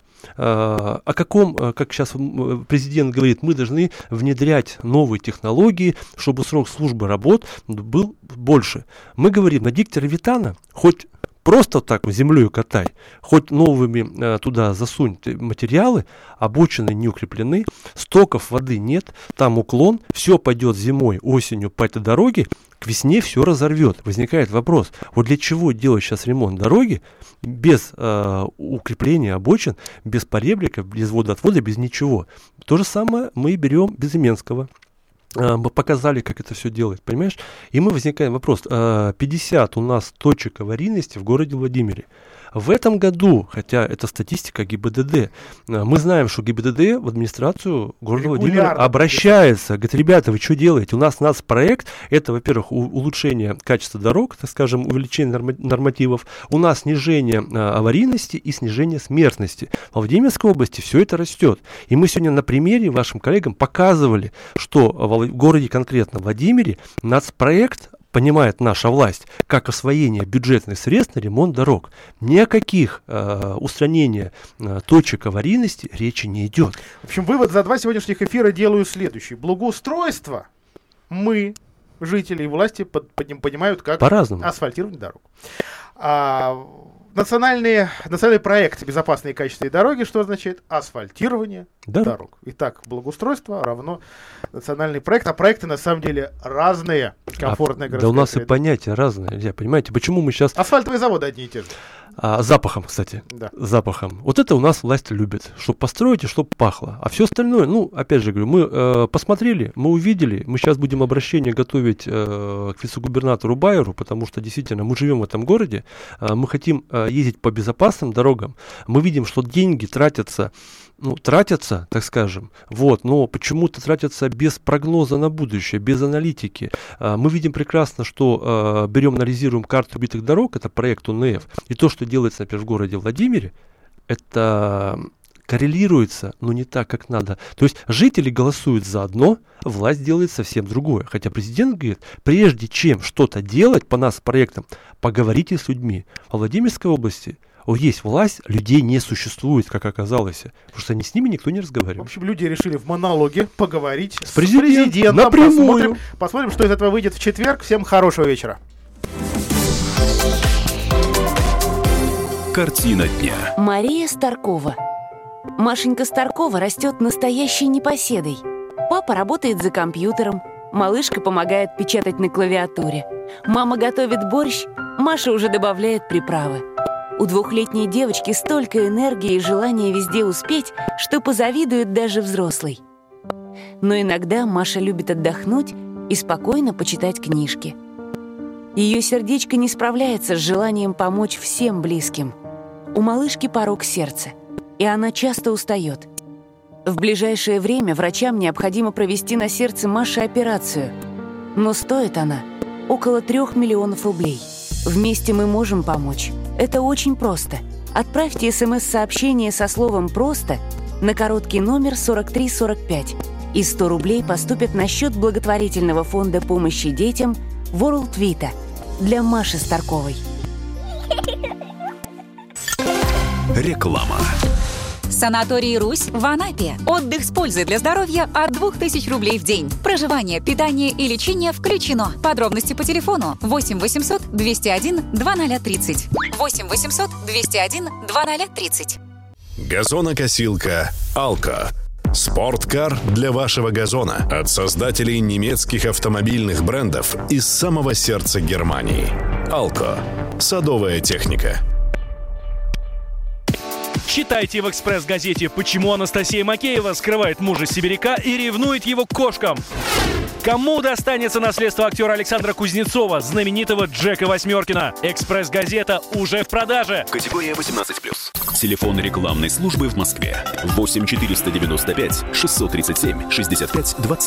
А, о каком, как сейчас президент говорит, мы должны внедрять новые технологии, чтобы срок службы работ был больше. Мы говорим, на дикторе Левитана хоть просто так землей катай, хоть новыми а, туда засунь материалы, обочины не укреплены, стоков воды нет, там уклон, все пойдет зимой, осенью по этой дороге, к весне все разорвет. Возникает вопрос, вот для чего делать сейчас ремонт дороги без э, укрепления обочин, без поребрика, без водоотвода, без ничего. То же самое мы берем Безыменского. Э, мы показали, как это все делать, понимаешь? И мы возникает вопрос, э, пятьдесят у нас точек аварийности в городе Владимире. В этом году, хотя это статистика ГИБДД, мы знаем, что ГИБДД в администрацию города Владимира обращается, говорит, ребята, вы что делаете? У нас нацпроект, это, во-первых, у- улучшение качества дорог, так скажем, увеличение норма- нормативов, у нас снижение а, аварийности и снижение смертности. Во Владимирской области все это растет. И мы сегодня на примере вашим коллегам показывали, что в городе конкретно Владимире нацпроект понимает наша власть, как освоение бюджетных средств на ремонт дорог. Ни о каких э, устранения э, точек аварийности речи не идет. В общем, вывод за два сегодняшних эфира делаю следующий. Благоустройство мы, жители и власти, под, под, понимают как по-разному. Асфальтирование дорог. А, национальные, национальный проект «Безопасные и качественные дороги», что означает? Асфальтирование да. дорог. Итак, благоустройство равно национальный проект, а проекты на самом деле разные. Комфортная а, городская Да у нас среда. и понятия разные, нельзя, понимаете, почему мы сейчас... Асфальтовые заводы одни и те же. А, запахом, кстати, да. запахом. Вот это у нас власть любит, чтобы построить и чтобы пахло. А все остальное, ну, опять же говорю, мы э, посмотрели, мы увидели, мы сейчас будем обращение готовить э, к вице-губернатору Байеру, потому что действительно мы живем в этом городе, э, мы хотим э, ездить по безопасным дорогам, мы видим, что деньги тратятся, ну, тратятся, так скажем, вот, но почему-то тратятся без прогноза на будущее, без аналитики. А, мы видим прекрасно, что а, берем, анализируем карту убитых дорог, это проект ОНФ, и то, что делается, например, в городе Владимире, это коррелируется, но не так, как надо. То есть жители голосуют за одно, власть делает совсем другое. Хотя президент говорит, прежде чем что-то делать по нас проектам, поговорите с людьми. Во Владимирской области есть власть, людей не существует, как оказалось, потому что они с ними никто не разговаривает. В общем, люди решили в монологе поговорить с, с президент, президентом. Напрямую. Посмотрим, посмотрим, что из этого выйдет в четверг. Всем хорошего вечера. Картина дня. Мария Старкова. Машенька Старкова растет настоящей непоседой. Папа работает за компьютером, малышка помогает печатать на клавиатуре. Мама готовит борщ, Маша уже добавляет приправы. У двухлетней девочки столько энергии и желания везде успеть, что позавидует даже взрослый. Но иногда Маша любит отдохнуть и спокойно почитать книжки. Ее сердечко не справляется с желанием помочь всем близким. У малышки порок сердца, и она часто устает. В ближайшее время врачам необходимо провести на сердце Маше операцию. Но стоит она около трех миллионов рублей. Вместе мы можем помочь. Это очень просто. Отправьте смс-сообщение со словом «просто» на короткий номер сорок три сорок пять. И сто рублей поступят на счет благотворительного фонда помощи детям World Vita для Маши Старковой. Реклама. Санаторий «Русь» в Анапе. Отдых с пользой для здоровья от двух тысяч рублей в день. Проживание, питание и лечение включено. Подробности по телефону восемь восемьсот двести один двадцать тридцать. восемь восемьсот двести один двадцать тридцать. Газонокосилка «Алко». Спорткар для вашего газона от создателей немецких автомобильных брендов из самого сердца Германии. «Алко». Садовая техника. Читайте в «Экспресс-газете», почему Анастасия Макеева скрывает мужа-сибиряка и ревнует его к кошкам. Кому достанется наследство актера Александра Кузнецова, знаменитого Джека Восьмеркина? «Экспресс-газета» уже в продаже. Категория восемнадцать плюс. Телефон рекламной службы в Москве. восемь четыреста девяносто пять шестьсот тридцать семь шестьдесят пять двадцать.